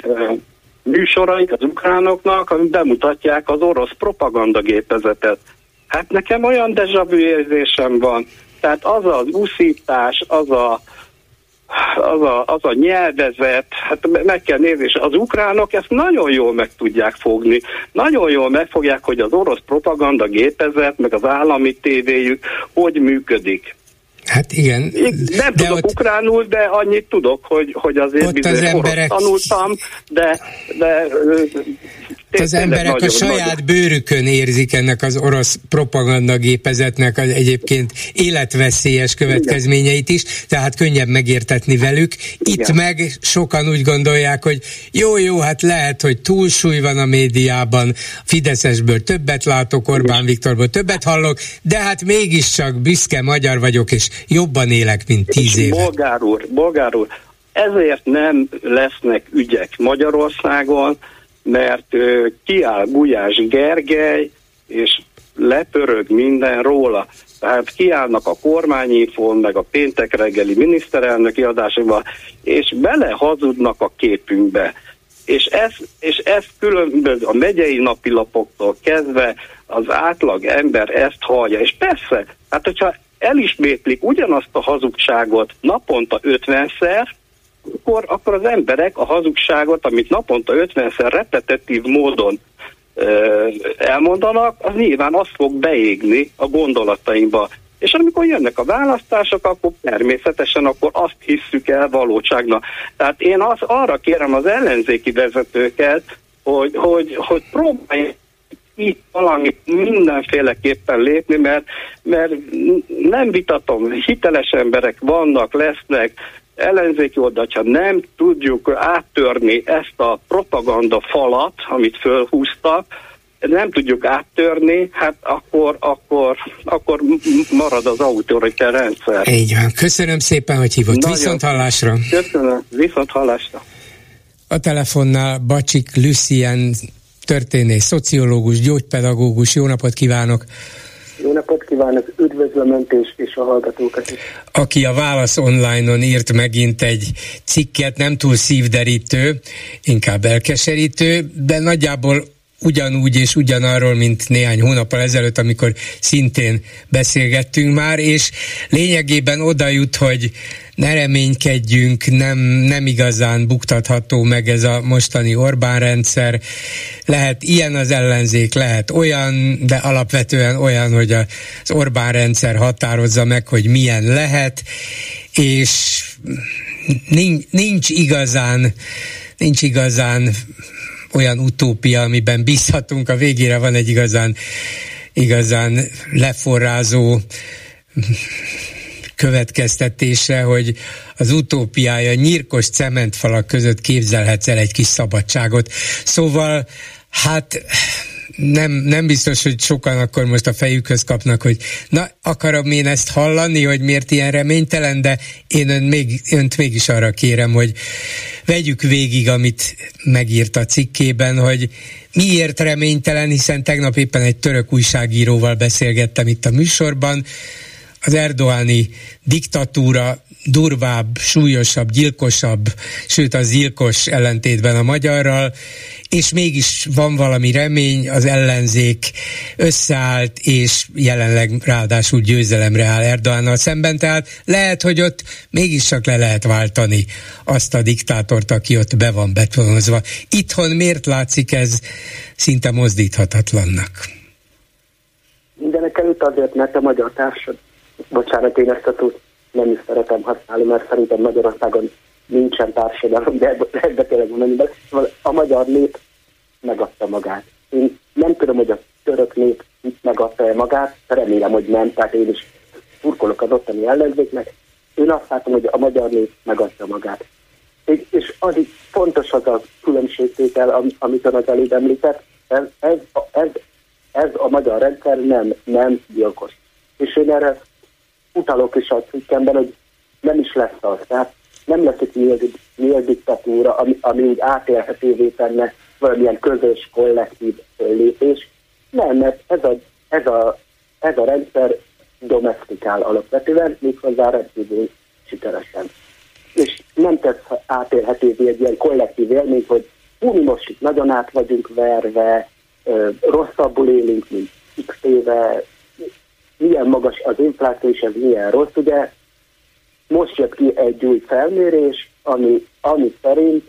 műsoraik az ukránoknak, amik bemutatják az orosz propagandagépezetet. Hát nekem olyan déjà vu érzésem van. Tehát az az uszítás, az a, az a, az a nyelvezet, hát meg kell nézni, és az ukránok ezt nagyon jól meg tudják fogni. Nagyon jól megfogják, hogy az orosz propagandagépezet, meg az állami tévéjük hogy működik. Hát igen. Nem de tudok ott, ukránul, de annyit tudok, hogy, hogy azért bizony az emberek, orosz tanultam, de, de az emberek nagyon, a saját nagyon. bőrükön érzik ennek az orosz propagandagépezetnek az egyébként életveszélyes következményeit is, tehát könnyebb megértetni velük. Itt igen. meg sokan úgy gondolják, hogy jó-jó, hát lehet, hogy túlsúly van a médiában, Fideszesből többet látok, Orbán Viktorból többet hallok, de hát mégiscsak büszke magyar vagyok, és jobban élek, mint tíz éve. Bolgár úr, Bolgár úr, ezért nem lesznek ügyek Magyarországon, mert ö, kiáll Gulyás Gergely, és lepörög minden róla. Tehát kiállnak a kormányinfón, meg a péntek reggeli miniszterelnöki adásokban, és belehazudnak a képünkbe. És ez, és ez különböző a megyei napilapoktól kezdve az átlag ember ezt hallja. És persze, hát hogyha elismétlik ugyanazt a hazugságot naponta ötvenszer, akkor, akkor az emberek a hazugságot, amit naponta ötvenszer repetitív módon ö, elmondanak, az nyilván azt fog beégni a gondolataimba. És amikor jönnek a választások, akkor természetesen akkor azt hisszük el valóságnak. Tehát én az, arra kérem az ellenzéki vezetőket, hogy, hogy, hogy próbálják itt valamit mindenféleképpen lépni, mert, mert nem vitatom, hiteles emberek vannak, lesznek, ellenzéki oldal, ha nem tudjuk áttörni ezt a propaganda falat, amit fölhúztak, nem tudjuk áttörni, hát akkor, akkor, akkor marad az autoriter rendszer. Így van. Köszönöm szépen, hogy hívott. Nagyon viszont hallásra. Köszönöm. Viszont hallásra. A telefonnál Bacsik Lucien, történész, szociológus, gyógypedagógus. Jó napot kívánok! Jó napot kívánok, üdvözlöm Önt és, és a hallgatókat is. Aki a Válasz Online-on írt megint egy cikket, nem túl szívderítő, inkább elkeserítő, de nagyjából ugyanúgy és ugyanarról, mint néhány hónappal ezelőtt, amikor szintén beszélgettünk már, és lényegében oda jut, hogy ne reménykedjünk, nem, nem igazán buktatható meg ez a mostani Orbán rendszer. Lehet ilyen az ellenzék, lehet olyan, de alapvetően olyan, hogy az Orbán rendszer határozza meg, hogy milyen lehet, és nincs, nincs igazán, nincs igazán olyan utópia, amiben bízhatunk, a végére van egy igazán, igazán leforrázó következtetése, hogy az utópiája nyírkos cementfalak között képzelhetsz el egy kis szabadságot. Szóval, hát nem, nem biztos, hogy sokan akkor most a fejükhöz kapnak, hogy na, akarom én ezt hallani, hogy miért ilyen reménytelen, de én ön még, önt mégis arra kérem, hogy vegyük végig, amit megírt a cikkében, hogy miért reménytelen, hiszen tegnap éppen egy török újságíróval beszélgettem itt a műsorban. Az erdoáni diktatúra durvább, súlyosabb, gyilkosabb, sőt az gyilkos ellentétben a magyarral, és mégis van valami remény, az ellenzék összeállt, és jelenleg ráadásul győzelemre áll Erdoánnal szemben, tehát lehet, hogy ott mégis csak le lehet váltani azt a diktátort, aki ott be van betonozva. Itthon miért látszik ez szinte mozdíthatatlannak? Mindenek előtt azért, mert a magyar társadalom, bocsánat, én ezt a szót nem is szeretem használni, mert szerintem Magyarországon nincsen társadalom, de ebbe tényleg mondani, de a magyar nép megadta magát. Én nem tudom, hogy a török nép megadta-e magát, remélem, hogy nem, tehát én is szurkolok az ottani ellenzéknek. Én azt látom, hogy a magyar nép megadta magát. És az is fontos az a különbségtétel, amit az előbb említett, ez, ez, ez, ez a magyar rendszer nem, nem gyilkos. És én erre utalok is a cikkemben, hogy nem is lesz az. Tehát nem lesz itt nyílt diktatúra, ami, ami úgy átélhetővé tenne valamilyen közös, kollektív lépés. Nem, mert ez a, ez a, ez a rendszer domestikál alapvetően, méghozzá rendkívül sikeresen. És nem tesz átélhetővé egy ilyen kollektív élmény, hogy hú, mi most itt nagyon át vagyunk verve, rosszabbul élünk, mint x éve, milyen magas az infláció, és ez milyen rossz. Ugye most jött ki egy új felmérés, ami, ami szerint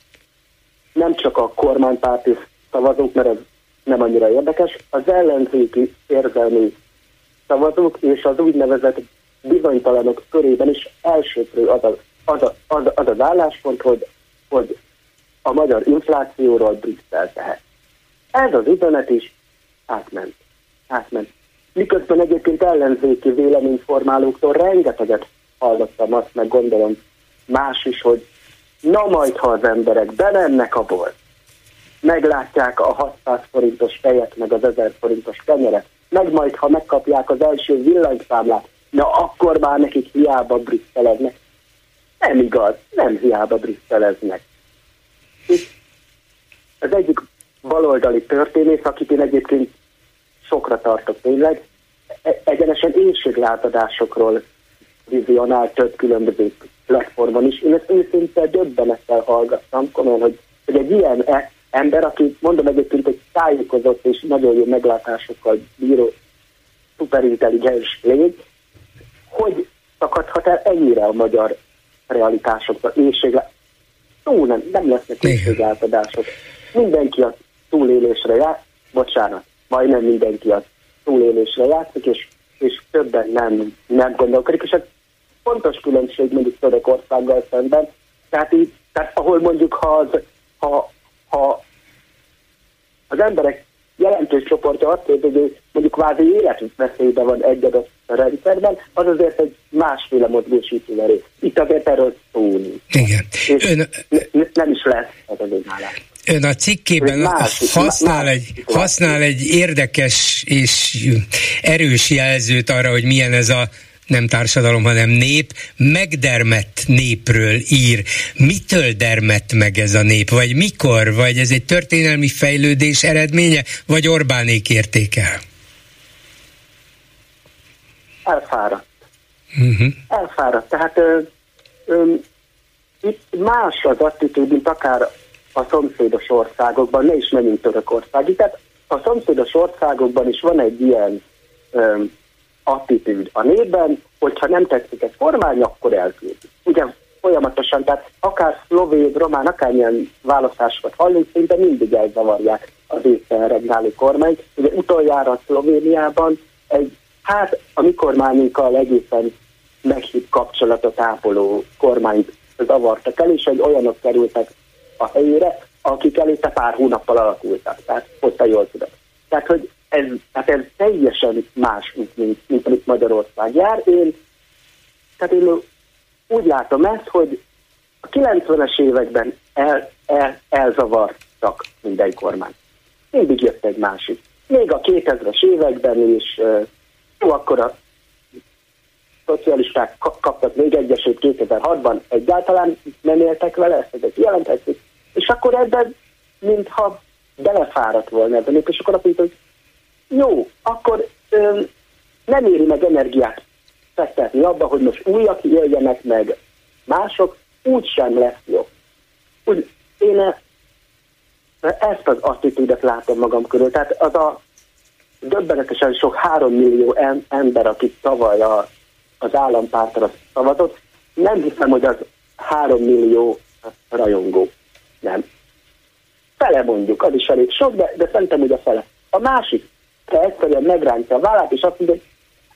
nem csak a kormánypárti szavazók, mert ez nem annyira érdekes, az ellenzéki érzelmi szavazók és az úgynevezett bizonytalanok körében is elsőprő az, a, az, a, az, az az álláspont, hogy, hogy a magyar inflációról Brüsszel tehet. Ez az üzenet is átment. átment. Miközben egyébként ellenzéki véleményformálóktól rengeteget hallottam, azt meg gondolom más is, hogy na majd, ha az emberek bemennek a bolt, meglátják a hatszáz forintos tejet, meg az ezer forintos kenyeret, meg majd, ha megkapják az első villanyszámlát, na akkor már nekik hiába brüsszeleznek. Nem igaz, nem hiába brüsszeleznek. Az egyik baloldali történész, akit én egyébként sokra tartok tényleg, egyenesen éjséglátadásokról vizionál több különböző platformon is. Én ezt őszinte döbbenettel hallgattam, komolyan, hogy, hogy egy ilyen e- ember, aki mondom egyébként egy tájékozott és nagyon jó meglátásokkal bíró, szuperintelligens lény, hogy szakadhat el ennyire a magyar realitásokba, éjséglátadások. Ó, nem, nem lesznek éjséglátadások. Mindenki a túlélésre jár, bocsánat, majdnem mindenki a túlélésre játszik, és, és többen nem, nem gondolkodik, és ez fontos különbség mondjuk Törökországgal szemben, tehát, így, tehát ahol mondjuk ha, az, ha, ha az emberek jelentős csoportja azt érzi, hogy mondjuk kvázi életveszélyben van egy adott rendszerben, az azért egy másféle mozgósító erő. Itt azért erről szó nincs. Igen. Ön... Nem is lesz ez az én állás. Ön a cikkében más, használ, más, egy, használ egy érdekes és erős jelzőt arra, hogy milyen ez a nem társadalom, hanem nép, megdermett népről ír. Mitől dermett meg ez a nép? Vagy mikor? Vagy ez egy történelmi fejlődés eredménye? Vagy Orbánék érték el? elfáradt. Uh-huh. Elfáradt. Tehát ö, ö, itt más az attitűd, mint akár a szomszédos országokban, ne is menjünk Törökországig. Tehát a szomszédos országokban is van egy ilyen ö, attitűd a népben, hogyha nem tetszik egy kormány, akkor elküldik. Ugye folyamatosan, tehát akár szlovén, román, akármilyen választásokat hallunk, szinte mindig elzavarják az éppen regnáló kormányt. Ugye utoljára Szlovéniában egy, hát a mi kormányunkkal egészen meghitt kapcsolatot ápoló kormányt zavartak el, és egy olyanok kerültek a helyére, akik előtte pár hónappal alakultak. Tehát ott a jól tudom. Tehát, hogy ez, hát ez teljesen más, mint, mint amit Magyarország jár. Én, tehát én úgy látom ezt, hogy a kilencvenes években el, el, elzavartak minden kormány. Mindig jött egy másik. Még a kétezres években is, jó, akkor a szocialisták kaptak még egyesét kétezer-hatban, egyáltalán nem éltek vele, ezt egy jelentették, és akkor ebben mintha belefáradt volna ebben, és akkor azt mondta, hogy jó, akkor öm, nem éri meg energiát fektetni abba, hogy most újak jöjjenek meg, mások, úgysem lesz jó. Úgy, én ezt az attitűdet látom magam körül, tehát az a döbbenetesen sok három millió ember, akik tavaly a, az állampártra szavazott, nem hiszem, hogy az három millió rajongó. Nem. Fele mondjuk, az is elég sok, de, de szerintem, hogy a fele. A másik, te egyszerűen megrántja a vállát, és azt mondja, hogy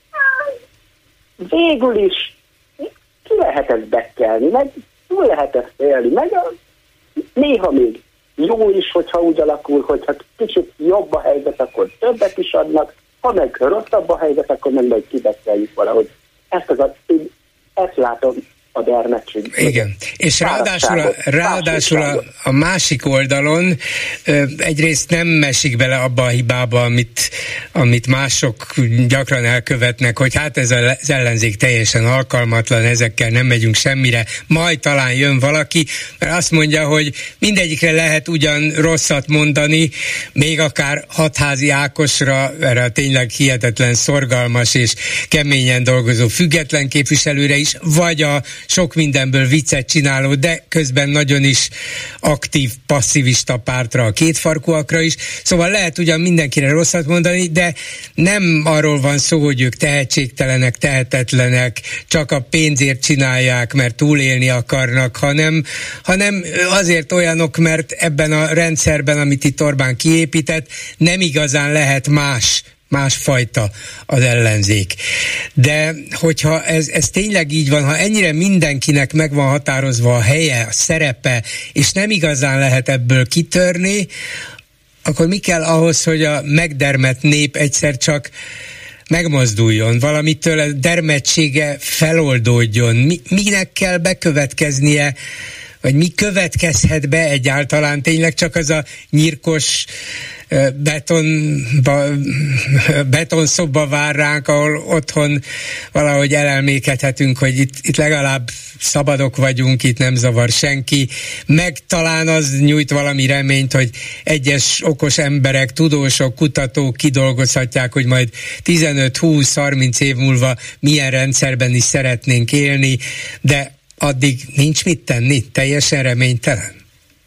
végül is ki lehet ezt bekkelni, meg túl lehet ezt élni, meg a, néha még jó is, hogyha úgy alakul, hogyha kicsit jobb a helyzet, akkor többet is adnak, ha meg rosszabb a helyzet, akkor meg majd kibeszéljük valahogy. Ezt az a, ezt látom a dermetség. Igen, és ráadásul, a, ráadásul a, a másik oldalon egyrészt nem mesik bele abba a hibába, amit, amit mások gyakran elkövetnek, hogy hát ez az ellenzék teljesen alkalmatlan, ezekkel nem megyünk semmire, majd talán jön valaki, mert azt mondja, hogy mindegyikre lehet ugyan rosszat mondani, még akár Hatházi Ákosra, erre a tényleg hihetetlen szorgalmas és keményen dolgozó független képviselőre is, vagy a sok mindenből viccet csináló, de közben nagyon is aktív, passzivista pártra, a kétfarkúakra is. Szóval lehet ugyan mindenkire rosszat mondani, de nem arról van szó, hogy ők tehetségtelenek, tehetetlenek, csak a pénzért csinálják, mert túlélni akarnak, hanem, hanem azért olyanok, mert ebben a rendszerben, amit itt Orbán kiépített, nem igazán lehet más másfajta az ellenzék. De hogyha ez, ez tényleg így van, ha ennyire mindenkinek meg van határozva a helye, a szerepe, és nem igazán lehet ebből kitörni, akkor mi kell ahhoz, hogy a megdermedt nép egyszer csak megmozduljon, valamitől a dermedtsége feloldódjon? Mi, minek kell bekövetkeznie, vagy mi következhet be egyáltalán? Tényleg csak az a nyírkos betonba, betonszoba vár ránk, ahol otthon valahogy elelmékedhetünk, hogy itt, itt legalább szabadok vagyunk, itt nem zavar senki, meg talán az nyújt valami reményt, hogy egyes okos emberek, tudósok, kutatók kidolgozhatják, hogy majd tizenöt, húsz, harminc év múlva milyen rendszerben is szeretnénk élni, de addig nincs mit tenni, teljesen reménytelen.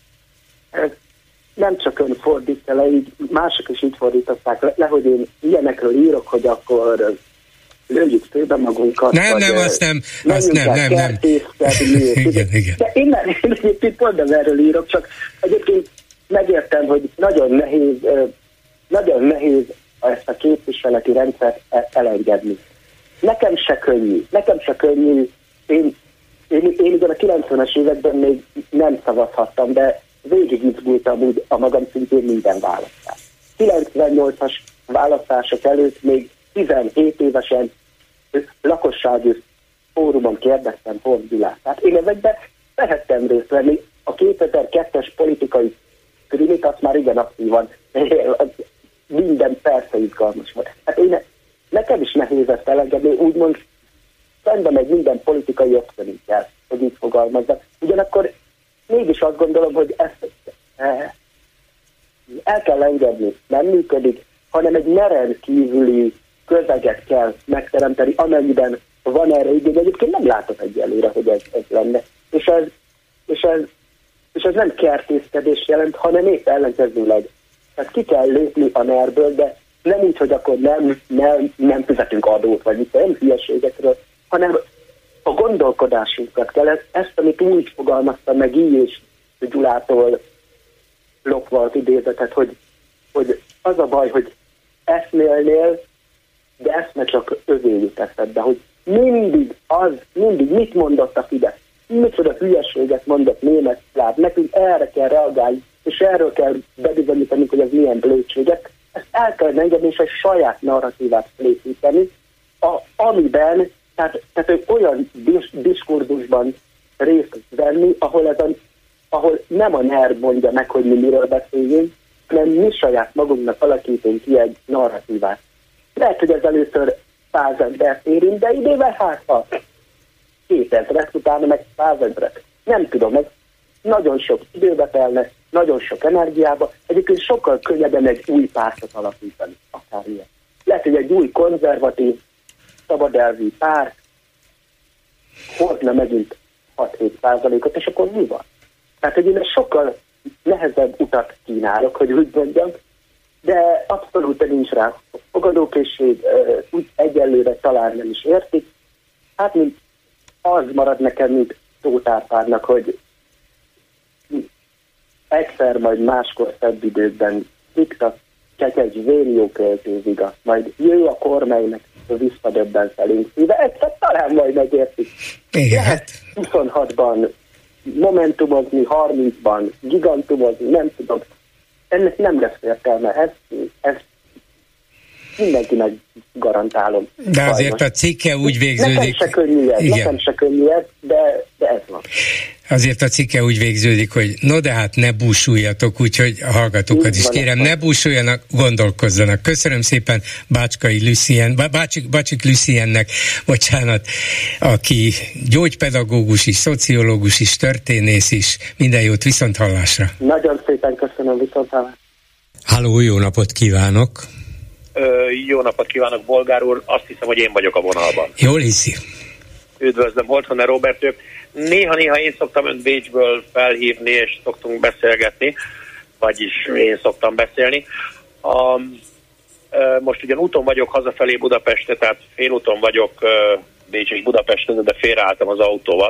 Nem csak ön fordítja le, így mások is így fordították le, lehogy én ilyenekről írok, hogy akkor lőjük főbe magunkat. Nem, nem, azt nem, azt nem, nem, nem. Igen, igen. De én nem, én egyébként pont nem erről írok, csak egyébként megértem, hogy nagyon nehéz, nagyon nehéz ezt a képviseleti rendszert elengedni. Nekem se könnyű, nekem se könnyű, én, én, én ugyan a kilencvenes években még nem szavazhattam, de végig izgultam úgy a magam szintén minden választás. kilencvennyolcas választások előtt még tizenhét évesen lakossági fórumon kérdeztem Horn Gyulát. Tehát én ezekben lehettem részt venni. A kétezer-kettes politikai krimit azt már igen aktívan, minden persze izgalmas volt. Hát én, nekem is nehéz ezt elengedni, úgymond szembe megy minden politikai ösztönikkel, hogy így fogalmazza. Ugyanakkor mégis azt gondolom, hogy ezt el kell engedni, nem működik, hanem egy meren kívüli közeget kell megteremteni, amennyiben van erre igény. Egyébként nem látok egyelőre, hogy ez, ez lenne. És ez, és, ez, és ez nem kertészkedés jelent, hanem épp ellenkezőleg. Tehát ki kell lépni a nerből, de nem úgy, hogy akkor nem, nem, nem fizetünk adót, vagy itt nem hülyeségekről, hanem a gondolkodásunkat kell. Ezt, ezt amit úgy fogalmaztam meg így, és Gyulától lopva az idézetet, hogy, hogy az a baj, hogy eszmélnél, de eszme csak övé jut eszedbe, hogy mindig az, mindig mit mondott a Fidesz, micsoda hülyeséget mondott Németh Szláv, nekünk erre kell reagálni, és erről kell bebizonyítani, hogy ez milyen blödségek. Ezt el kell engedni, és egy saját narratívát építeni, a, amiben, tehát, tehát olyan dis, diskurzusban részt venni, ahol, ez a, ahol nem a NER mondja meg, hogy mi miről beszéljünk, hanem mi saját magunknak alakítunk ki egy narratívát. Lehet, hogy ez először száz embert érint, de idővel hát ha kétezret, utána meg százezret. Nem tudom, ez nagyon sok időbe telne, nagyon sok energiába, egyébként sokkal könnyebben egy új pártot alapítani, akármilyen. Lehet, hogy egy új konzervatív, szabadelvű párt hozna megint hat-hét százalékot, és akkor mi van? Tehát, hogy én sokkal nehezebb utat kínálok, hogy úgy mondjam, de abszolút nincs rá fogadókészség, úgy egyelőre talán nem is értik. Hát, mint az marad nekem, mint Tóth Árpádnak, hogy egyszer, majd máskor szebb időkben tiktak, kekegy vérjó költőviga, majd jő a kormánynak visszadöbben felénk szíve, egyszer talán majd megértik. Lehet huszonhatban momentumozni, harmincban gigantumozni, nem tudom. Ennek nem lesz értelme, ez, ez mindenkinek garantálom. De azért a cikke úgy végződik. Nekem se könnyű ez, nekem se könnyű ez, de, de ez van. Azért a cikke úgy végződik, hogy no de hát ne búsuljatok, úgyhogy a hallgatókat is kérem, ne búsuljanak, gondolkozzanak. Köszönöm szépen Bácskai Lucien, Bácsik, Bácsik Luciennek, bocsánat, aki gyógypedagógus is, szociológus is, történész is. Minden jót, viszonthallásra. Nagyon szépen köszönöm, viszonthallásra. Halló, jó napot kívánok! Ö, jó napot kívánok, Bolgár úr, azt hiszem, hogy én vagyok a vonalban. Jól hiszi. Üdvözlöm, Holthoner Robert. Néha-néha én szoktam önt Bécsből felhívni, és szoktunk beszélgetni, vagyis én szoktam beszélni. A, most ugyan úton vagyok hazafelé Budapestre, tehát félúton vagyok Bécs és Budapesten, de félreálltam az autóval.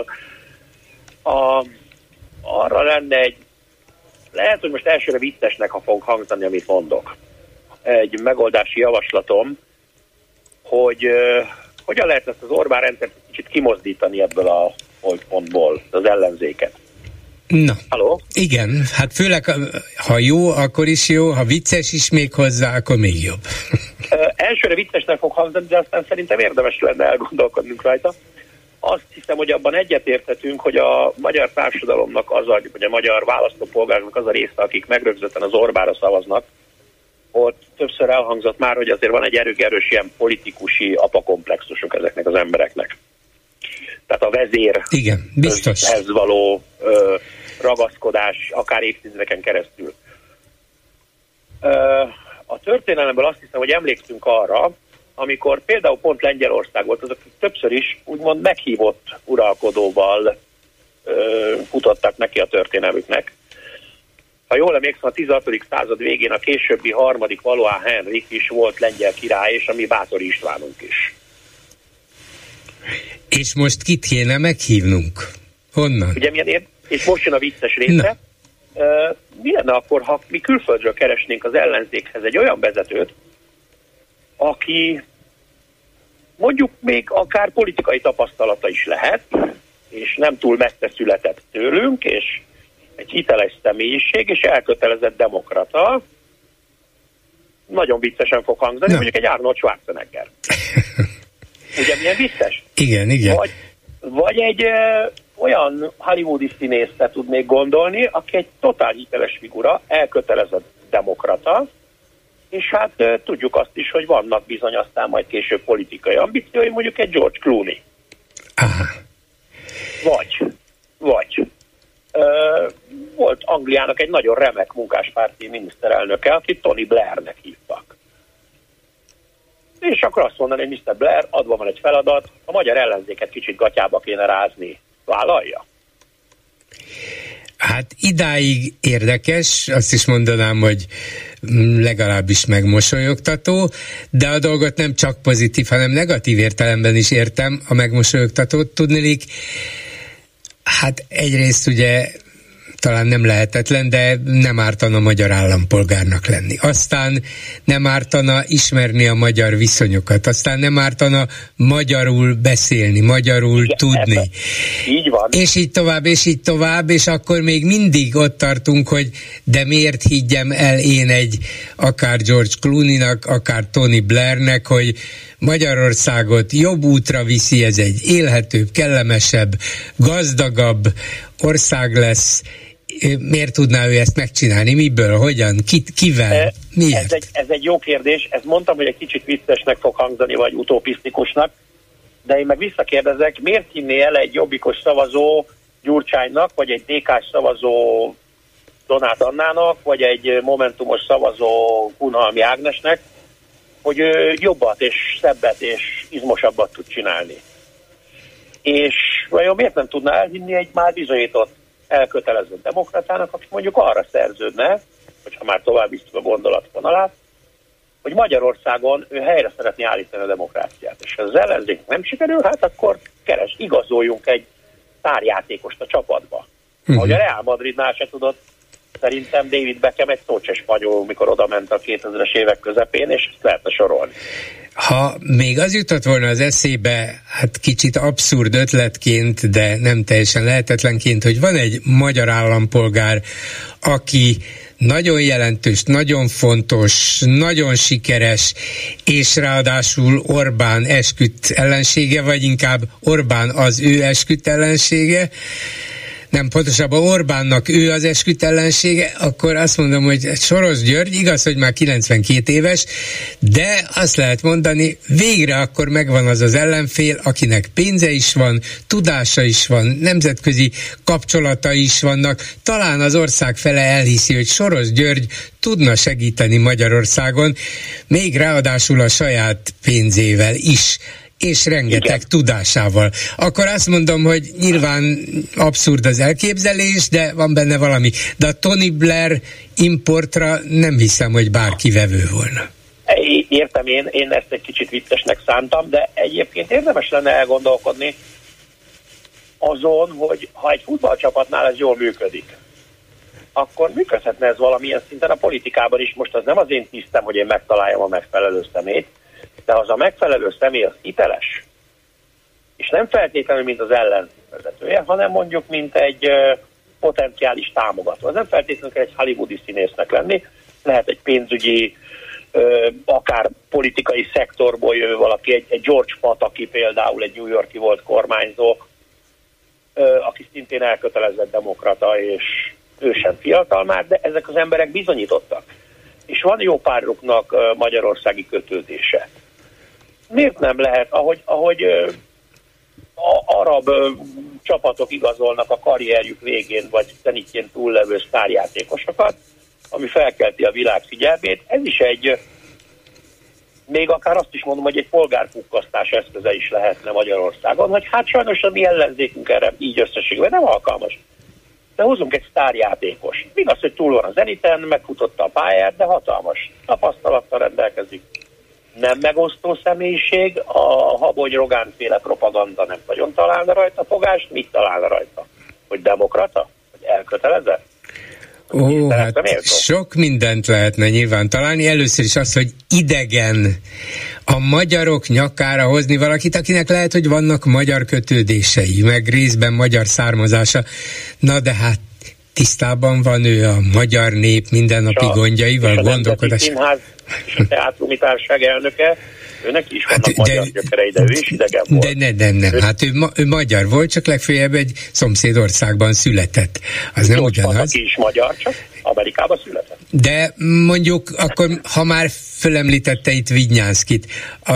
A, arra lenne egy, lehet, hogy most elsőre viccesnek ha fog hangzani, amit mondok. Egy megoldási javaslatom, hogy uh, hogyan lehet ezt az Orbán rendszert kicsit kimozdítani ebből a holtpontból, az ellenzéket. Na, Halló? Igen, hát főleg ha jó, akkor is jó, ha vicces is még hozzá, akkor még jobb. uh, elsőre viccesnek fog hangzani, de aztán szerintem érdemes lenne elgondolkodnunk rajta. Azt hiszem, hogy abban egyetérthetünk, hogy a magyar társadalomnak az a, vagy a magyar választópolgároknak az a része, akik megrögzötten az Orbánra szavaznak, ott többször elhangzott már, hogy azért van egy erős, erős ilyen politikusi apakomplexusuk ezeknek az embereknek. Tehát a vezér Igen, biztos. ez való ö, ragaszkodás akár évtizedeken keresztül. Ö, a történelemből azt hiszem, hogy emlékszünk arra, amikor például pont Lengyelország volt, azok többször is úgymond meghívott uralkodóval ö, futottak neki a történelmüknek. Ha jól emlékszem, a tizenhatodik század végén a későbbi harmadik Valois Henrik is volt lengyel király, és a mi Báthori Istvánunk is. És most kit kéne meghívnunk? Honnan? Ugye milyen ér- és most jön a vicces része. Uh, mi lenne akkor, ha mi külföldről keresnénk az ellenzékhez egy olyan vezetőt, aki mondjuk még akár politikai tapasztalata is lehet, és nem túl messze született tőlünk, és egy hiteles személyiség, és elkötelezett demokrata, nagyon viccesen fog hangzani, no. mondjuk egy Arnold Schwarzenegger. Ugye milyen vicces? Igen, igen. Vagy, vagy egy ö, olyan hollywoodi színészre tudnék gondolni, aki egy totál hiteles figura, elkötelezett demokrata, és hát ö, tudjuk azt is, hogy vannak bizony aztán majd később politikai ambíciói, mondjuk egy George Clooney. Aha. Vagy, vagy. Ö, volt Angliának egy nagyon remek munkáspárti miniszterelnöke, akit Tony Blairnek hívtak. És akkor azt mondani, hogy miszter Blair, adva van egy feladat, a magyar ellenzéket kicsit gatyába kéne rázni. Vállalja? Hát idáig érdekes, azt is mondanám, hogy legalábbis megmosolyogtató, de a dolgot nem csak pozitív, hanem negatív értelemben is értem a megmosolyogtatót. Tudniillik, hát egyrészt ugye talán nem lehetetlen, de nem ártana magyar állampolgárnak lenni. Aztán nem ártana ismerni a magyar viszonyokat, aztán nem ártana magyarul beszélni, magyarul igen, tudni. Ebben. Így van. És így tovább, és így tovább, és akkor még mindig ott tartunk, hogy de miért higgyem el én egy akár George Clooney-nak, akár Tony Blairnek, hogy Magyarországot jobb útra viszi, ez egy élhetőbb, kellemesebb, gazdagabb ország lesz. Miért tudná ő ezt megcsinálni? Miből? Hogyan? Ki, kivel? Miért? Ez egy, ez egy jó kérdés. Ezt mondtam, hogy egy kicsit viccesnek fog hangzani, vagy utopisztikusnak, de én meg visszakérdezek, miért hinné el egy jobbikos szavazó Gyurcsánynak, vagy egy dé ká-s szavazó Donát Annának, vagy egy momentumos szavazó Kunhalmi Ágnesnek, hogy ő jobbat és szebbet és izmosabbat tud csinálni. És vajon miért nem tudná elhinni egy már bizonyított elkötelező demokratának, aki mondjuk arra szerződne, hogyha már tovább visszük a gondolatvonalát, hogy Magyarországon ő helyre szeretné állítani a demokráciát. És ha az ellenzék nem sikerül, hát akkor keres, igazoljunk egy sztárjátékost a csapatba. Uh-huh. Ahogy a Real Madridnál se tudott, szerintem David Beckham egy szó se spanyol, mikor oda ment a kétezres évek közepén, és ezt lehetne sorolni. Ha még az jutott volna az eszébe, hát kicsit abszurd ötletként, de nem teljesen lehetetlenként, hogy van egy magyar állampolgár, aki nagyon jelentős, nagyon fontos, nagyon sikeres, és ráadásul Orbán esküdt ellensége, vagy inkább Orbán az ő esküdt ellensége, nem, pontosabban Orbánnak ő az esküdt ellensége, akkor azt mondom, hogy Soros György, igaz, hogy már kilencvenkét éves, de azt lehet mondani, végre akkor megvan az az ellenfél, akinek pénze is van, tudása is van, nemzetközi kapcsolatai is vannak, talán az ország fele elhiszi, hogy Soros György tudna segíteni Magyarországon, még ráadásul a saját pénzével is, és rengeteg igen. tudásával. Akkor azt mondom, hogy nyilván abszurd az elképzelés, de van benne valami. De a Tony Blair importra nem hiszem, hogy bárki vevő volna. Értem, én, én ezt egy kicsit viccesnek szántam, de egyébként érdemes lenne elgondolkodni azon, hogy ha egy futballcsapatnál ez jól működik, akkor működhetne ez valamilyen szinten a politikában is. Most az nem az én tisztem, hogy én megtaláljam a megfelelő szemét, de az a megfelelő személy az hiteles, és nem feltétlenül, mint az ellenzék vezetője, hanem mondjuk, mint egy uh, potenciális támogató. Az nem feltétlenül kell egy hollywoodi színésznek lenni, lehet egy pénzügyi, uh, akár politikai szektorból jövő valaki, egy, egy George Pataki például, egy New Yorki volt kormányzó, uh, aki szintén elkötelezett demokrata, és ő sem fiatal már, de ezek az emberek bizonyítottak. És van jó páruknak uh, magyarországi kötődése. Miért nem lehet, ahogy, ahogy ö, a, arab ö, csapatok igazolnak a karrierjük végén, vagy zenitjén túllevő sztárjátékosokat, ami felkelti a világ figyelmét, ez is egy, még akár azt is mondom, hogy egy polgárpukkasztás eszköze is lehetne Magyarországon, hogy hát sajnos a mi ellenzékünk erre így összességben nem alkalmas. De hozunk egy sztárjátékos. Igaz, hogy túl van a zeniten, megfutotta a pályát, de hatalmas tapasztalattal rendelkezik. Nem megosztó személyiség, a Habony Rogán féle propaganda nem nagyon találna rajta fogást, mit találna rajta? Hogy demokrata? Hogy elkötelezett? Ó, hát sok mindent lehetne nyilván találni. Először is az, hogy idegen a magyarok nyakára hozni valakit, akinek lehet, hogy vannak magyar kötődései, meg részben magyar származása. Na de hát tisztában van ő a magyar nép mindennapi a, gondjaival, gondolkodás. És a Nemzeti Színház és a Teátrumi Társaság elnöke, őnek is vannak hát, magyar de, gyökerei, de ő is idegen volt. De ne, nem, nem, ő, hát ő, ma, ő magyar volt, csak legfeljebb egy szomszédországban született. Az nem ugyanaz. Aki is magyar, csak Amerikában született. De mondjuk akkor, ha már fölemlítette itt Vidnyánszkit, a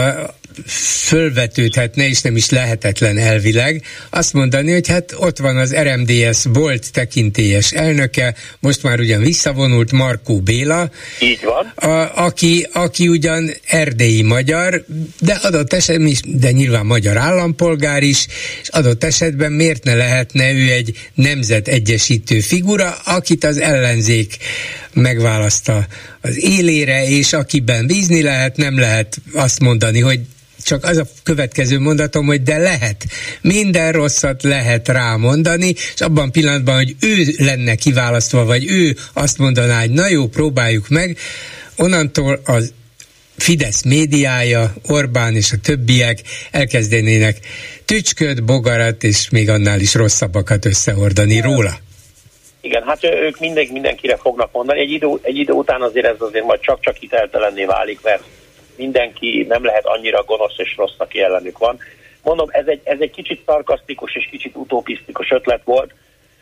fölvetődhetne, és nem is lehetetlen elvileg, azt mondani, hogy hát ott van az er em dé es volt tekintélyes elnöke, most már ugyan visszavonult, Markó Béla, így van. A, aki, aki ugyan erdélyi magyar, de adott esetben is, de nyilván magyar állampolgár is, és adott esetben miért ne lehetne ő egy nemzetegyesítő figura, akit az ellenzék megválaszta az élére, és akiben bízni lehet, nem lehet azt mondani, hogy csak az a következő mondatom, hogy de lehet. Minden rosszat lehet rámondani, és abban pillanatban, hogy ő lenne kiválasztva, vagy ő azt mondaná, hogy na jó, próbáljuk meg, onnantól az Fidesz médiája, Orbán és a többiek elkezdenének tücsköt, bogarat, és még annál is rosszabbakat összehordani róla. Igen, hát ők mindenki mindenkire fognak mondani. Egy idő, egy idő után azért ez azért majd csak-csak hiteltelenné válik, mert mindenki nem lehet annyira gonosz és rossz, aki ellenük van. Mondom, ez egy, ez egy kicsit szarkasztikus és kicsit utopisztikus ötlet volt,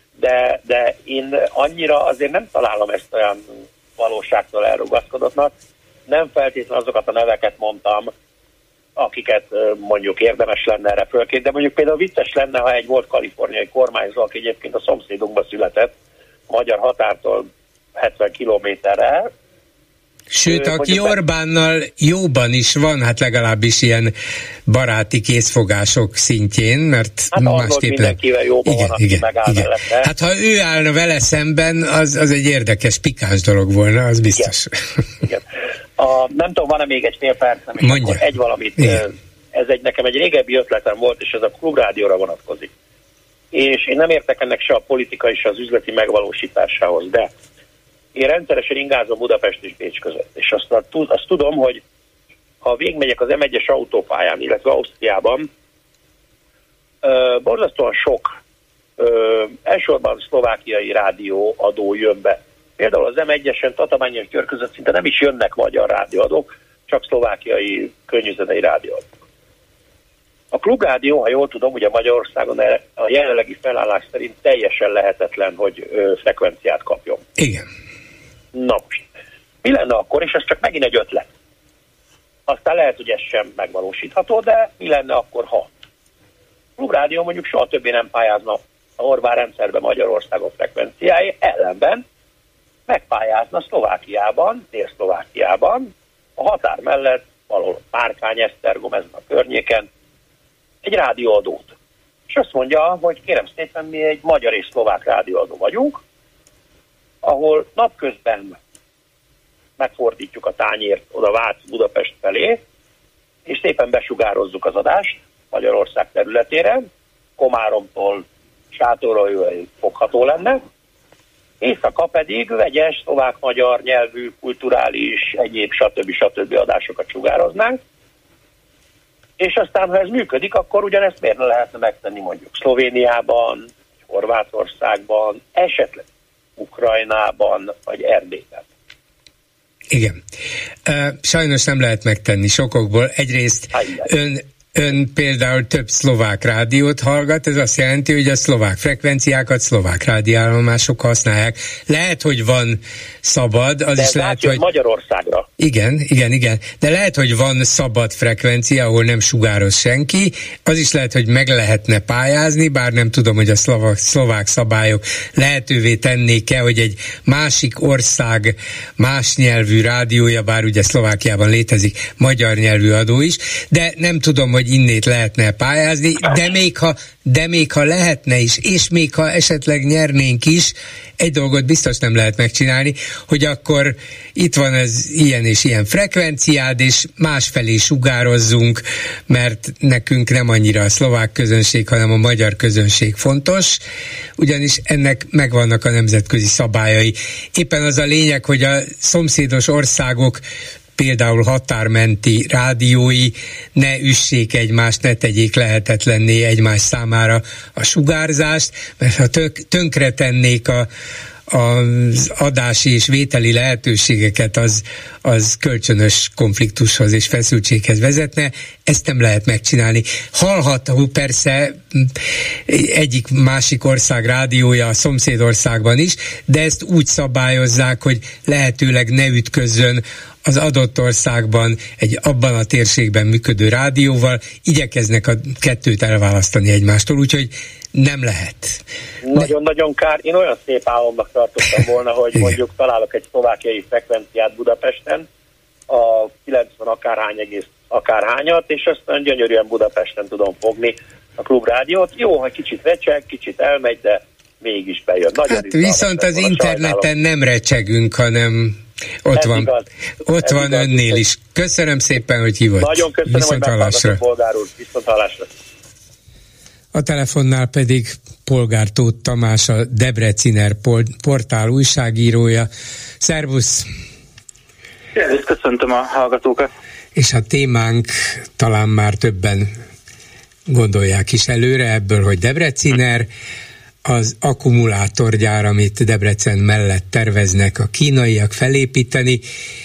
de, de én annyira azért nem találom ezt olyan valóságtól elrugaszkodottnak. Nem feltétlenül azokat a neveket mondtam, akiket mondjuk érdemes lenne erre fölként, de mondjuk például vicces lenne, ha egy volt kaliforniai kormányzó, aki egyébként a szomszédunkba született, magyar határtól hetven kilométerre. Sőt, ő, aki Orbánnal jóban is van, hát legalábbis ilyen baráti készfogások szintjén, mert hát másképp mindenkivel jóban igen, van, aki igen, megáll igen. mellette. Hát ha ő állna vele szemben, az, az egy érdekes, pikáns dolog volna, az biztos. Igen. Igen. A, nem tudom, van-e még egy fél percem, és Mondja. akkor egy valamit, igen. Ez egy nekem egy régebbi ötletem volt, és ez a klubrádióra vonatkozik. És én nem értek ennek se a politikai, se az üzleti megvalósításához, de én rendszeresen ingázom Budapest és Bécs között, és azt, azt tudom, hogy ha végigmegyek az em egyes autópályán, illetve Ausztriában, ö, borzasztóan sok ö, elsősorban szlovákiai rádióadó jön be. Például az em egyesen Tatabány és Győr között szinte nem is jönnek magyar rádióadók, csak szlovákiai könnyűzenei rádióadók. A klubrádió, ha jól tudom, ugye Magyarországon a jelenlegi felállás szerint teljesen lehetetlen, hogy ö, frekvenciát kapjon. Igen. Na most, mi lenne akkor, és ez csak megint egy ötlet. Aztán lehet, hogy ez sem megvalósítható, de mi lenne akkor, ha a klubrádió mondjuk soha többé nem pályázna a Orbán rendszerbe Magyarországon frekvenciái, ellenben megpályázna Szlovákiában, Dél-Szlovákiában, a határ mellett, valahol Párkány, Esztergom, ezen a környéken, egy rádióadót. És azt mondja, hogy kérem szépen, mi egy magyar és szlovák rádióadó vagyunk, ahol napközben megfordítjuk a tányért oda Vác Budapest felé, és szépen besugározzuk az adást Magyarország területére, Komáromtól Sátoraljóig fogható lenne, éjszaka pedig vegyes, szlovák-magyar nyelvű, kulturális, egyéb stb. stb. Adásokat sugároznánk, és aztán, ha ez működik, akkor ugyanezt miért ne lehetne megtenni mondjuk Szlovéniában, Horvátországban, esetleg Ukrajnában, vagy Erdélyben. Igen. Sajnos nem lehet megtenni sokokból. Egyrészt ön, ön például több szlovák rádiót hallgat, ez azt jelenti, hogy a szlovák frekvenciákat szlovák rádióállomások használják. Lehet, hogy van szabad, az de is lehet, hogy... Magyarországra. Igen, igen, igen. De lehet, hogy van szabad frekvencia, ahol nem sugároz senki, az is lehet, hogy meg lehetne pályázni, bár nem tudom, hogy a szlovák, szlovák szabályok lehetővé tennék-e, hogy egy másik ország más nyelvű rádiója, bár ugye Szlovákiában létezik magyar nyelvű adó is, de nem tudom, hogy innét lehetne pályázni, de még ha, de még ha lehetne is, és még ha esetleg nyernénk is, egy dolgot biztos nem lehet megcsinálni, hogy akkor itt van ez ilyen és ilyen frekvenciád, és másfelé sugározzunk, mert nekünk nem annyira a szlovák közönség, hanem a magyar közönség fontos, ugyanis ennek megvannak a nemzetközi szabályai. Éppen az a lényeg, hogy a szomszédos országok például határmenti rádiói ne üssék egymást, ne tegyék lehetetlenné egymás számára a sugárzást, mert ha tök, tönkretennék a, az adási és vételi lehetőségeket, az, az kölcsönös konfliktushoz és feszültséghez vezetne, ezt nem lehet megcsinálni. Hallható persze egyik másik ország rádiója a szomszédországban is, de ezt úgy szabályozzák, hogy lehetőleg ne ütközzön az adott országban egy abban a térségben működő rádióval, igyekeznek a kettőt elválasztani egymástól, úgyhogy nem lehet. Nagyon-nagyon kár. Én olyan szép álomnak tartottam volna, hogy mondjuk találok egy szlovákiai frekvenciát Budapesten, a kilencven akárhány egész akárhányat, és aztán gyönyörűen Budapesten tudom fogni a klubrádiót. Jó, ha kicsit recseg, kicsit elmegy, de mégis bejön. Nagyon hát viszont az interneten sajnálom. Nem recsegünk, hanem ott van, igaz. ott Ez van igaz. Önnél is. Köszönöm szépen, hogy hívott. Nagyon köszönöm, viszont hogy meghallgatott, Bolgár úr. Viszont hallásra. A telefonnál pedig Polgár Tóth Tamás, a Debreciner portál újságírója. Szervusz! Szervusz, köszöntöm a hallgatókat! És a témánk talán már többen gondolják is előre ebből, hogy Debreciner, az akkumulátorgyár, amit Debrecen mellett terveznek a kínaiak felépíteni,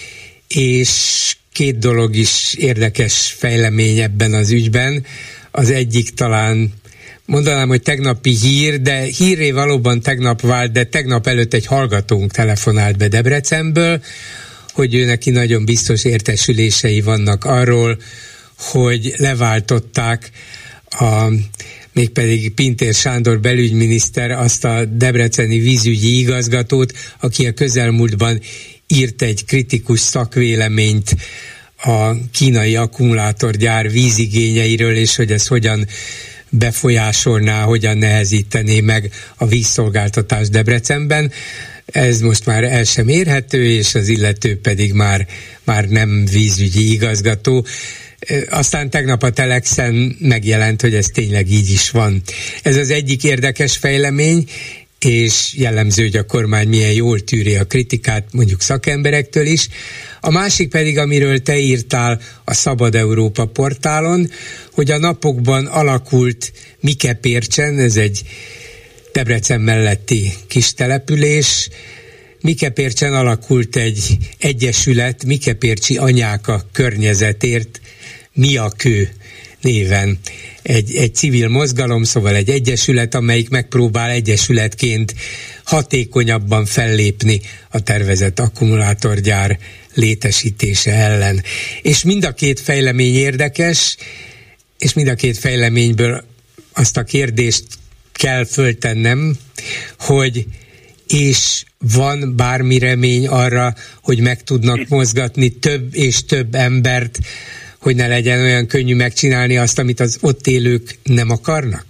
és két dolog is érdekes fejlemény ebben az ügyben. Az egyik talán mondanám, hogy tegnapi hír, de hírré valóban tegnap vált, de tegnap előtt egy hallgatónk telefonált be Debrecenből, hogy ő neki nagyon biztos értesülései vannak arról, hogy leváltották a mégpedig Pintér Sándor belügyminiszter azt a debreceni vízügyi igazgatót, aki a közelmúltban írt egy kritikus szakvéleményt a kínai akkumulátorgyár vízigényeiről, és hogy ez hogyan befolyásolná, hogyan nehezítené meg a vízszolgáltatást Debrecenben. Ez most már el sem érhető, és az illető pedig már, már nem vízügyi igazgató. Aztán tegnap a Telexen megjelent, hogy ez tényleg így is van. Ez az egyik érdekes fejlemény, és jellemző, hogy a kormány milyen jól tűri a kritikát mondjuk szakemberektől is. A másik pedig, amiről te írtál a Szabad Európa portálon, hogy a napokban alakult Mikepércsen, ez egy Debrecen melletti kis település, Mikepércsen alakult egy egyesület, Mikepércsi Anyák a Környezetért, Miakő néven. Egy, egy civil mozgalom, szóval egy egyesület, amelyik megpróbál egyesületként hatékonyabban fellépni a tervezett akkumulátorgyár létesítése ellen. És mind a két fejlemény érdekes, és mind a két fejleményből azt a kérdést kell föltennem, hogy és van bármi remény arra, hogy meg tudnak mozgatni több és több embert, hogy ne legyen olyan könnyű megcsinálni azt, amit az ott élők nem akarnak?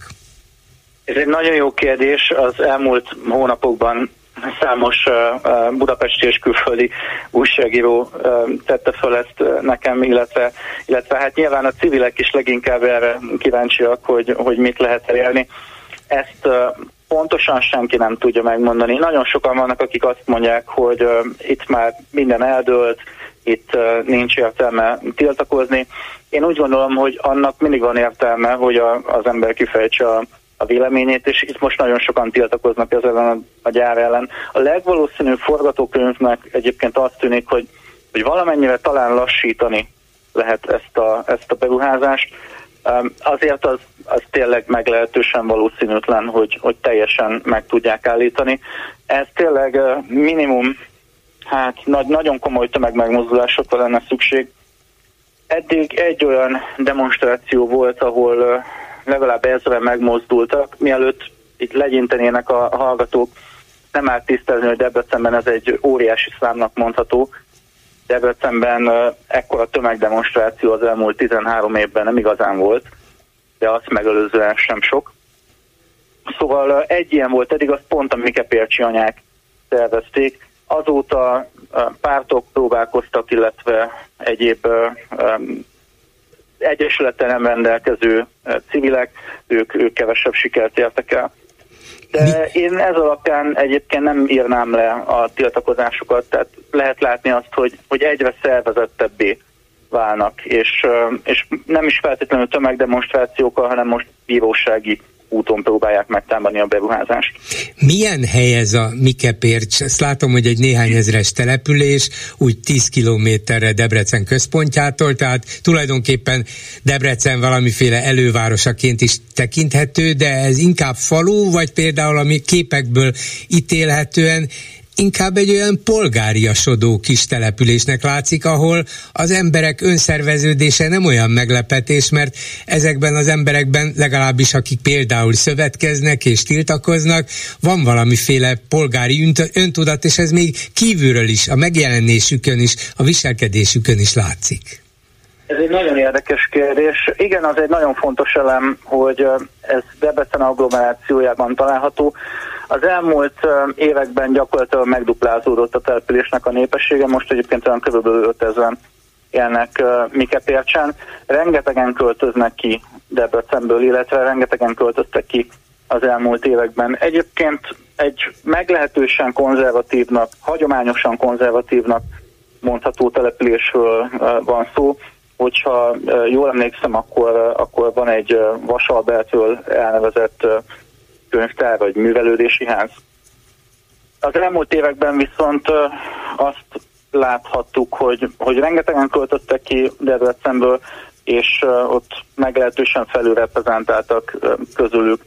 Ez egy nagyon jó kérdés. Az elmúlt hónapokban számos uh, budapesti és külföldi újságíró uh, tette föl ezt nekem, illetve, illetve hát nyilván a civilek is leginkább erre kíváncsiak, hogy, hogy mit lehet elérni. Ezt uh, pontosan senki nem tudja megmondani. Nagyon sokan vannak, akik azt mondják, hogy uh, itt már minden eldőlt, itt uh, nincs értelme tiltakozni. Én úgy gondolom, hogy annak mindig van értelme, hogy a, az ember kifejtse a, a véleményét, és itt most nagyon sokan tiltakoznak ez ellen a, a gyár ellen. A legvalószínűbb forgatókönyvnek egyébként azt tűnik, hogy, hogy valamennyire talán lassítani lehet ezt a, ezt a beruházást. Um, azért az, az tényleg meglehetősen valószínűtlen, hogy, hogy teljesen meg tudják állítani. Ez tényleg uh, minimum, hát nagy, nagyon komoly tömegmegmozdulásokra lenne szükség. Eddig egy olyan demonstráció volt, ahol uh, legalább ezren megmozdultak, mielőtt itt legyintenének a hallgatók. Nem áll tisztázni, hogy Debrecenben ez egy óriási számnak mondható. Debrecenben uh, ekkora tömegdemonstráció az elmúlt tizenhárom évben nem igazán volt, de azt megelőzően sem sok. Szóval uh, egy ilyen volt eddig, az pont a Mikepércsi Anyák szervezték. Azóta uh, pártok próbálkoztak, illetve egyéb uh, um, egyesülettel nem rendelkező uh, civilek, ők, ők kevesebb sikert értek el. De én ez alapján egyébként nem írnám le a tiltakozásokat, tehát lehet látni azt, hogy, hogy egyre szervezettebbé válnak, és, és nem is feltétlenül tömegdemonstrációkkal, hanem most bírósági úton próbálják megtámadni a beruházást. Milyen hely ez a Mikepércs? Ezt látom, hogy egy néhány ezres település, úgy tíz kilométerre Debrecen központjától, tehát tulajdonképpen Debrecen valamiféle elővárosaként is tekinthető, de ez inkább falu, vagy például ami képekből ítélhetően inkább egy olyan polgáriasodó kis településnek látszik, ahol az emberek önszerveződése nem olyan meglepetés, mert ezekben az emberekben, legalábbis akik például szövetkeznek és tiltakoznak, van valamiféle polgári öntudat, és ez még kívülről is, a megjelenésükön is, a viselkedésükön is látszik. Ez egy nagyon érdekes kérdés. Igen, az egy nagyon fontos elem, hogy ez Debrecen agglomerációjában található. Az elmúlt években gyakorlatilag megduplázódott a településnek a népessége, most egyébként olyan körülbelül ötezren élnek Mikepércsen. Rengetegen költöznek ki Debrecenből, illetve rengetegen költöztek ki az elmúlt években. Egyébként egy meglehetősen konzervatívnak, hagyományosan konzervatívnak mondható településről van szó. Hogyha jól emlékszem, akkor, akkor van egy Vasalbertről elnevezett könyvtár vagy művelődési ház. Az elmúlt években viszont azt láthattuk, hogy, hogy rengetegen költöttek ki Debrecenből, és ott meglehetősen felülreprezentáltak közülük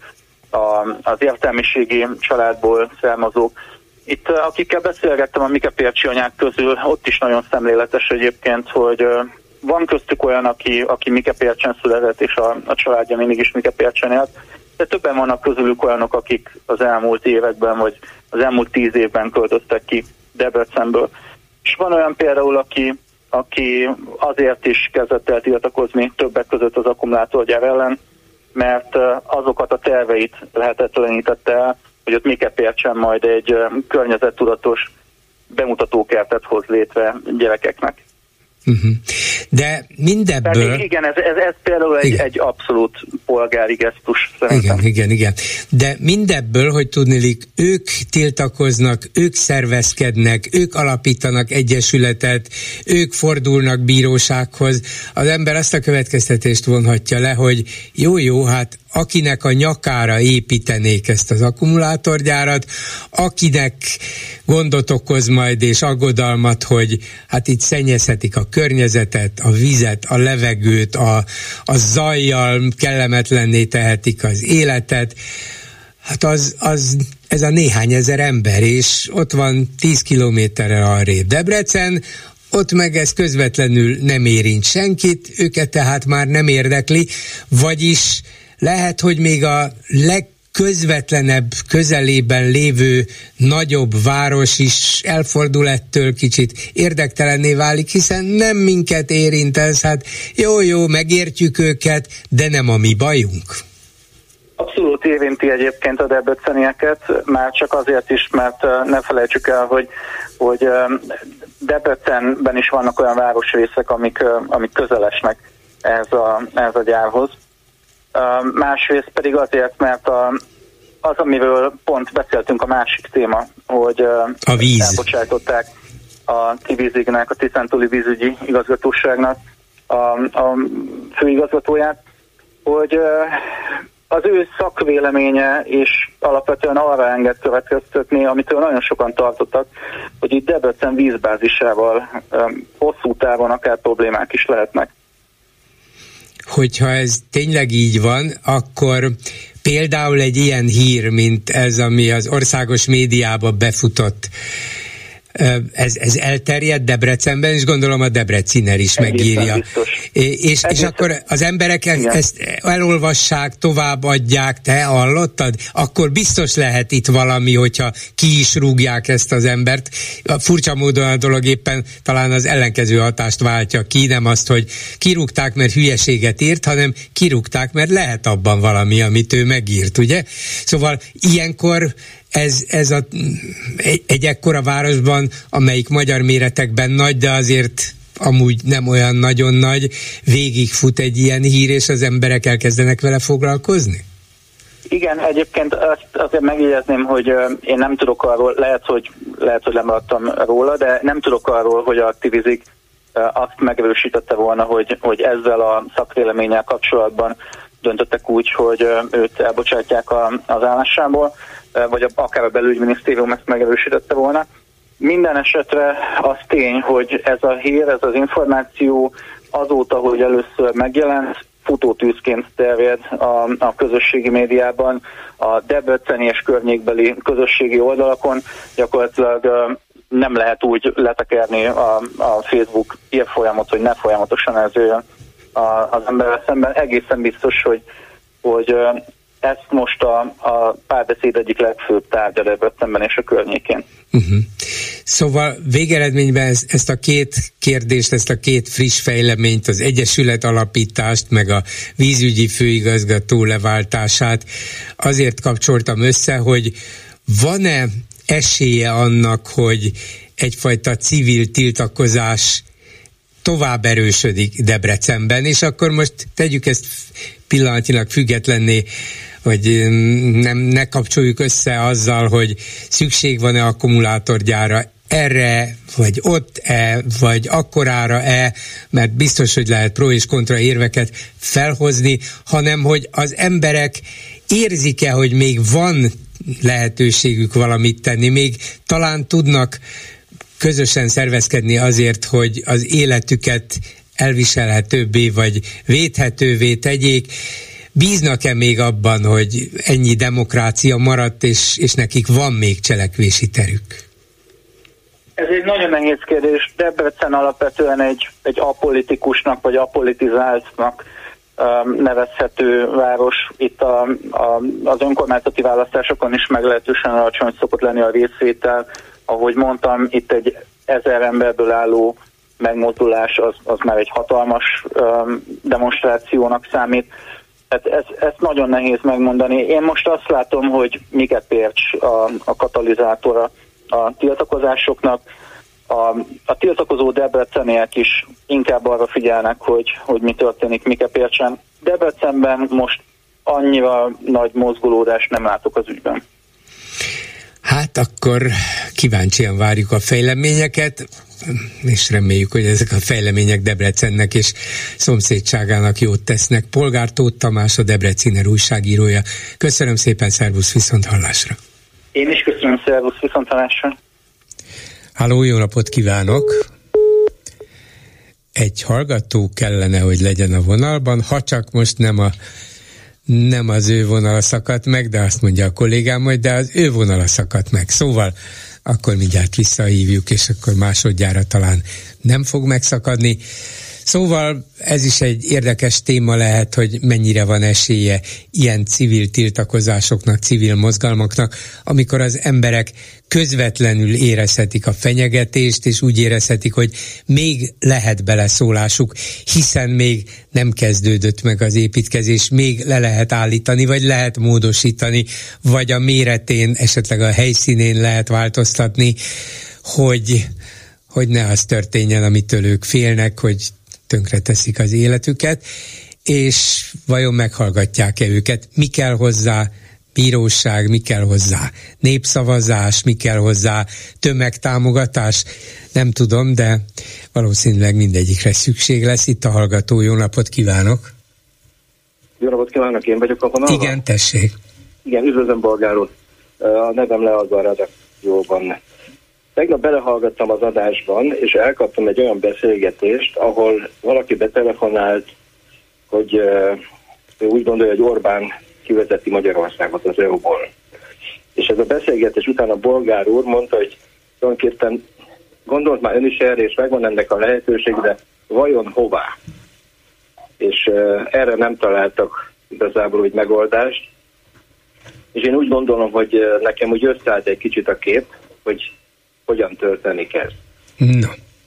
az értelmiségi családból származók. Itt akikkel beszélgettem a mikepércsi anyák közül, ott is nagyon szemléletes egyébként, hogy van köztük olyan, aki, aki Mikepércsen született, és a, a családja mindig is Mikepércsen élt, de többen vannak közülük olyanok, akik az elmúlt években, vagy az elmúlt tíz évben költöztek ki Debrecenből. És van olyan például, aki, aki azért is kezdett el tiltakozni többek között az akkumulátorgyár ellen, mert azokat a terveit lehetetlenítette el, hogy ott Mikepércsen majd egy környezettudatos bemutatókertet hoz létre gyerekeknek. Uh-huh. De mindebből... Tehát igen, ez, ez, ez például egy, egy abszolút polgári gesztus szerintem. Igen, igen, igen. De mindebből, hogy tudniillik, ők tiltakoznak, ők szervezkednek, ők alapítanak egyesületet, ők fordulnak bírósághoz. Az ember azt a következtetést vonhatja le, hogy jó-jó, hát akinek a nyakára építenék ezt az akkumulátorgyárat, akinek gondot okoz majd és aggodalmat, hogy hát itt szennyezhetik a környezetet, a vizet, a levegőt, a, a zajjal kellemetlenné tehetik az életet, hát az, az ez a néhány ezer ember, és ott van tíz kilométerre arrébb Debrecen, ott meg ez közvetlenül nem érint senkit, őket tehát már nem érdekli, vagyis lehet, hogy még a legközvetlenebb közelében lévő nagyobb város is elfordul ettől, kicsit érdektelenné válik, hiszen nem minket érint ez, hát jó-jó, megértjük őket, de nem a mi bajunk. Abszolút érinti egyébként a debrecenieket, már csak azért is, mert ne felejtsük el, hogy, hogy Debrecenben is vannak olyan városrészek, amik, amik közelesnek ehhez a, ehhez a gyárhoz. Másrészt pedig azért, mert a, az, amiről pont beszéltünk, a másik téma, hogy a víz. Elbocsátották a Tivízignek, a Tiszántúli vízügyi igazgatóságnak a, a főigazgatóját, hogy az ő szakvéleménye és alapvetően arra enged következtetni, amitől nagyon sokan tartottak, hogy itt Debrecen vízbázisával hosszú távon akár problémák is lehetnek. Hogyha ez tényleg így van, akkor például egy ilyen hír, mint ez, ami az országos médiába befutott, ez, ez elterjed Debrecenben, és gondolom a Debreciner is megírja. És, és akkor az emberek ezt, ezt elolvassák, továbbadják, te hallottad? Akkor biztos lehet itt valami, hogyha ki is rúgják ezt az embert. A furcsa módon a dolog éppen talán az ellenkező hatást váltja ki, nem azt, hogy kirúgták, mert hülyeséget írt, hanem kirúgták, mert lehet abban valami, amit ő megírt, ugye? Szóval ilyenkor Ez, ez a, egy, egy ekkora városban, amelyik magyar méretekben nagy, de azért amúgy nem olyan nagyon nagy, végigfut egy ilyen hír, és az emberek elkezdenek vele foglalkozni? Igen, egyébként azt azért megjegyezném, hogy én nem tudok arról, lehet, hogy, lehet, hogy lemaradtam róla, de nem tudok arról, hogy a Tivízig azt megerősítette volna, hogy, hogy ezzel a szakvéleménnyel kapcsolatban döntöttek úgy, hogy őt elbocsátják az állásából, vagy akár a belügyminisztérium ezt megerősítette volna. Minden esetre az tény, hogy ez a hír, ez az információ azóta, hogy először megjelent, futótűzként terjed a, a közösségi médiában, a debreceni és környékbeli közösségi oldalakon gyakorlatilag nem lehet úgy letekerni a, a Facebook írfolyamot, hogy ne folyamatosan ez jöjjön az emberrel szemben. Egészen biztos, hogy, hogy ezt most a, a párbeszéd egyik legfőbb tárgya Debrecenben és a környékén. Uh-huh. Szóval végeredményben ez, ezt a két kérdést, ezt a két friss fejleményt, az Egyesület alapítást, meg a vízügyi főigazgató leváltását azért kapcsoltam össze, hogy van-e esélye annak, hogy egyfajta civil tiltakozás tovább erősödik Debrecenben, és akkor most tegyük ezt pillanatilag függetlenné, hogy nem, ne kapcsoljuk össze azzal, hogy szükség van-e akkumulátorgyára erre, vagy ott-e, vagy akkorára-e, mert biztos, hogy lehet pro és kontra érveket felhozni, hanem hogy az emberek érzik-e, hogy még van lehetőségük valamit tenni, még talán tudnak közösen szervezkedni azért, hogy az életüket elviselhetőbbé vagy védhetővé tegyék. Bíznak-e még abban, hogy ennyi demokrácia maradt, és, és nekik van még cselekvési terük? Ez egy nagyon nehéz kérdés. Debrecen alapvetően egy, egy apolitikusnak vagy apolitizáltnak um, nevezhető város. Itt a, a, az önkormányzati választásokon is meglehetősen alacsony szokott lenni a részvétel. Ahogy mondtam, itt egy ezer emberből álló megmozdulás az, az már egy hatalmas um, demonstrációnak számít. Hát ez, ezt nagyon nehéz megmondani. Én most azt látom, hogy Mike Pércs a, a katalizátora a tiltakozásoknak. A, a tiltakozó debreceniek is inkább arra figyelnek, hogy, hogy mi történik Mike Pércsen. Debrecenben most annyira nagy mozgolódást nem látok az ügyben. Hát akkor kíváncsian várjuk a fejleményeket, és reméljük, hogy ezek a fejlemények Debrecennek és szomszédságának jót tesznek. Polgár Tóth Tamás, a Debreciner újságírója. Köszönöm szépen, szervusz, viszont hallásra. Én is köszönöm, szervusz, viszont hallásra. Halló, jó napot kívánok! Egy hallgató kellene, hogy legyen a vonalban, ha csak most nem a nem az ő vonala szakadt meg, de azt mondja a kollégám, hogy de az ő vonala szakadt meg. Szóval akkor mindjárt visszahívjuk, és akkor másodjára talán nem fog megszakadni. Szóval ez is egy érdekes téma lehet, hogy mennyire van esélye ilyen civil tiltakozásoknak, civil mozgalmaknak, amikor az emberek közvetlenül érezhetik a fenyegetést, és úgy érezhetik, hogy még lehet beleszólásuk, hiszen még nem kezdődött meg az építkezés, még le lehet állítani, vagy lehet módosítani, vagy a méretén, esetleg a helyszínén lehet változtatni, hogy, hogy ne az történjen, amitől ők félnek, hogy tönkreteszik az életüket, és vajon meghallgatják-e őket? Mi kell hozzá? Bíróság, mi kell hozzá? Népszavazás, mi kell hozzá? Tömegtámogatás? Nem tudom, de valószínűleg mindegyikre szükség lesz. Itt a hallgató, jó napot kívánok! Jó napot kívánok, én vagyok a vonalban. Igen, tessék! Igen, üdvözlöm, Bolgár úr. A nevem Leazar redakcióban. Tegnap belehallgattam az adásban, és elkaptam egy olyan beszélgetést, ahol valaki betelefonált, hogy ő úgy gondolja, hogy Orbán kivezeti Magyarországot az é u-ból. És ez a beszélgetés után a Bolgár úr mondta, hogy tulajdonképpen gondolt már ön is erre, és megvan ennek a lehetőség, de vajon hová? És erre nem találtak igazából úgy megoldást. És én úgy gondolom, hogy nekem úgy összeállt egy kicsit a kép, hogy hogyan történik ez. No.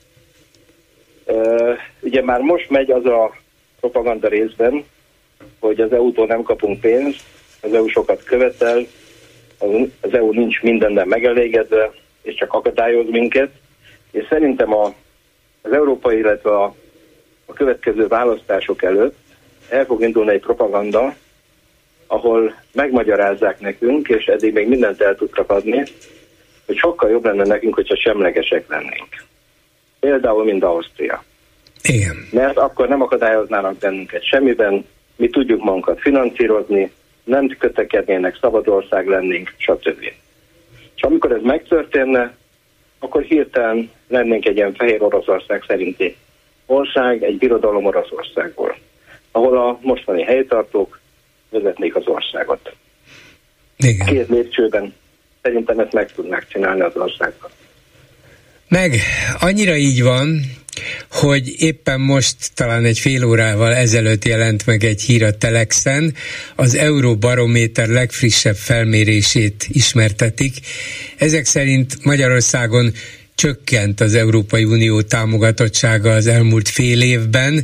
Uh, ugye már most megy az a propaganda részben, hogy az é u-tól nem kapunk pénzt, az é u sokat követel, az é u nincs mindennel megelégedve, és csak akadályoz minket, és szerintem a, az európai, illetve a, a következő választások előtt el fog indulni egy propaganda, ahol megmagyarázzák nekünk, és eddig még mindent el tudtak adni, hogy sokkal jobb lenne nekünk, hogyha semlegesek lennénk. Például, mint Ausztria. Igen. Mert akkor nem akadályoznának bennünket semmiben, mi tudjuk magunkat finanszírozni, nem kötekednének, szabad ország lennénk, stb. És amikor ez megtörténne, akkor hirtelen lennénk egy ilyen fehér Oroszország szerinti ország, egy birodalom Oroszországból. ahol a mostani helytartók vezetnék az országot. Igen. Két lépcsőben szerintem ezt meg tudnák csinálni az országban. Meg annyira így van, hogy éppen most, talán egy fél órával ezelőtt jelent meg egy hír a Telexen, az Euróbarométer legfrissebb felmérését ismertetik. Ezek szerint Magyarországon csökkent az Európai Unió támogatottsága az elmúlt fél évben.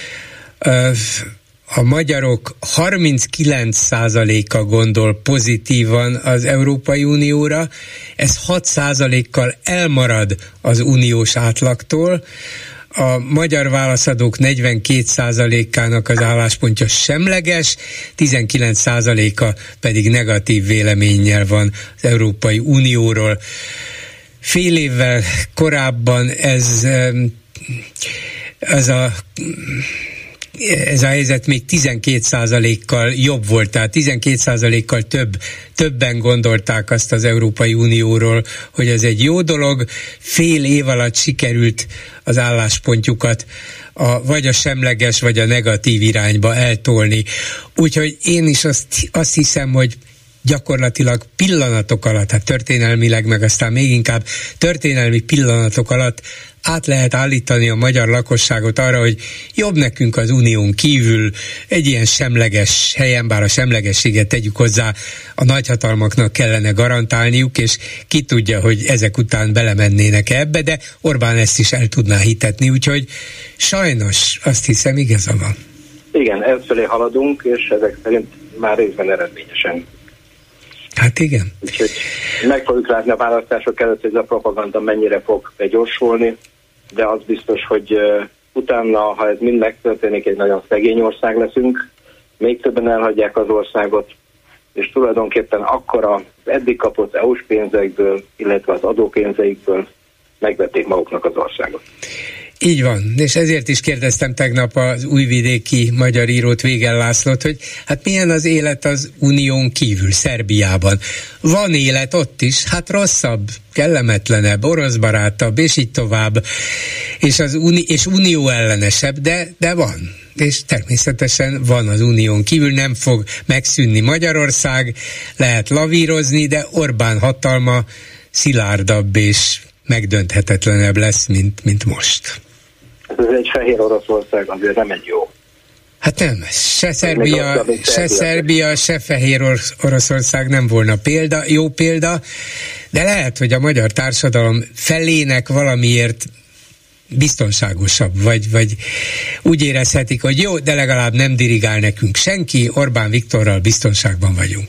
A magyarok harminckilenc százaléka gondol pozitívan az Európai Unióra, ez hat százalékkal elmarad az uniós átlagtól. A magyar válaszadók negyvenkét százalékának az álláspontja semleges, tizenkilenc százaléka pedig negatív véleménnyel van az Európai Unióról. Fél évvel korábban ez, ez a ez a helyzet még tizenkét százalékkal jobb volt, tehát tizenkét százalékkal több, többen gondolták azt az Európai Unióról, hogy ez egy jó dolog. Fél év alatt sikerült az álláspontjukat a, vagy a semleges, vagy a negatív irányba eltolni. Úgyhogy én is azt, azt hiszem, hogy gyakorlatilag pillanatok alatt, hát történelmileg, meg aztán még inkább történelmi pillanatok alatt át lehet állítani a magyar lakosságot arra, hogy jobb nekünk az unión kívül egy ilyen semleges helyen, bár a semlegességet tegyük hozzá, a nagyhatalmaknak kellene garantálniuk, és ki tudja, hogy ezek után belemennének ebbe, de Orbán ezt is el tudná hitetni, úgyhogy sajnos azt hiszem igaza van. Igen, ezfelé haladunk, és ezek szerint már részben eredményesen. Hát igen. Úgyhogy meg fogjuk látni a választások előtt, hogy ez a propaganda mennyire fog begyorsulni, de az biztos, hogy uh, utána, ha ez mind megtörténik, egy nagyon szegény ország leszünk, még többen elhagyják az országot, és tulajdonképpen akkor az eddig kapott é u-s pénzekből, illetve az adópénzeikből megvették maguknak az országot. Így van, és ezért is kérdeztem tegnap az újvidéki magyar írót, Végel Lászlót, hogy hát milyen az élet az unión kívül, Szerbiában. Van élet ott is, hát rosszabb, kellemetlenebb, oroszbarátabb, és így tovább, és, az uni- és unió ellenesebb, de, de van. És természetesen van az unión kívül, nem fog megszűnni Magyarország, lehet lavírozni, de Orbán hatalma szilárdabb és megdönthetetlenebb lesz, mint, mint most. Ez egy fehér Oroszország, azért nem egy jó. Hát nem, se Szerbia, se Szerbia, se fehér Oroszország nem volna példa, jó példa, de lehet, hogy a magyar társadalom felének valamiért biztonságosabb, vagy, vagy úgy érezhetik, hogy jó, de legalább nem dirigál nekünk senki, Orbán Viktorral biztonságban vagyunk.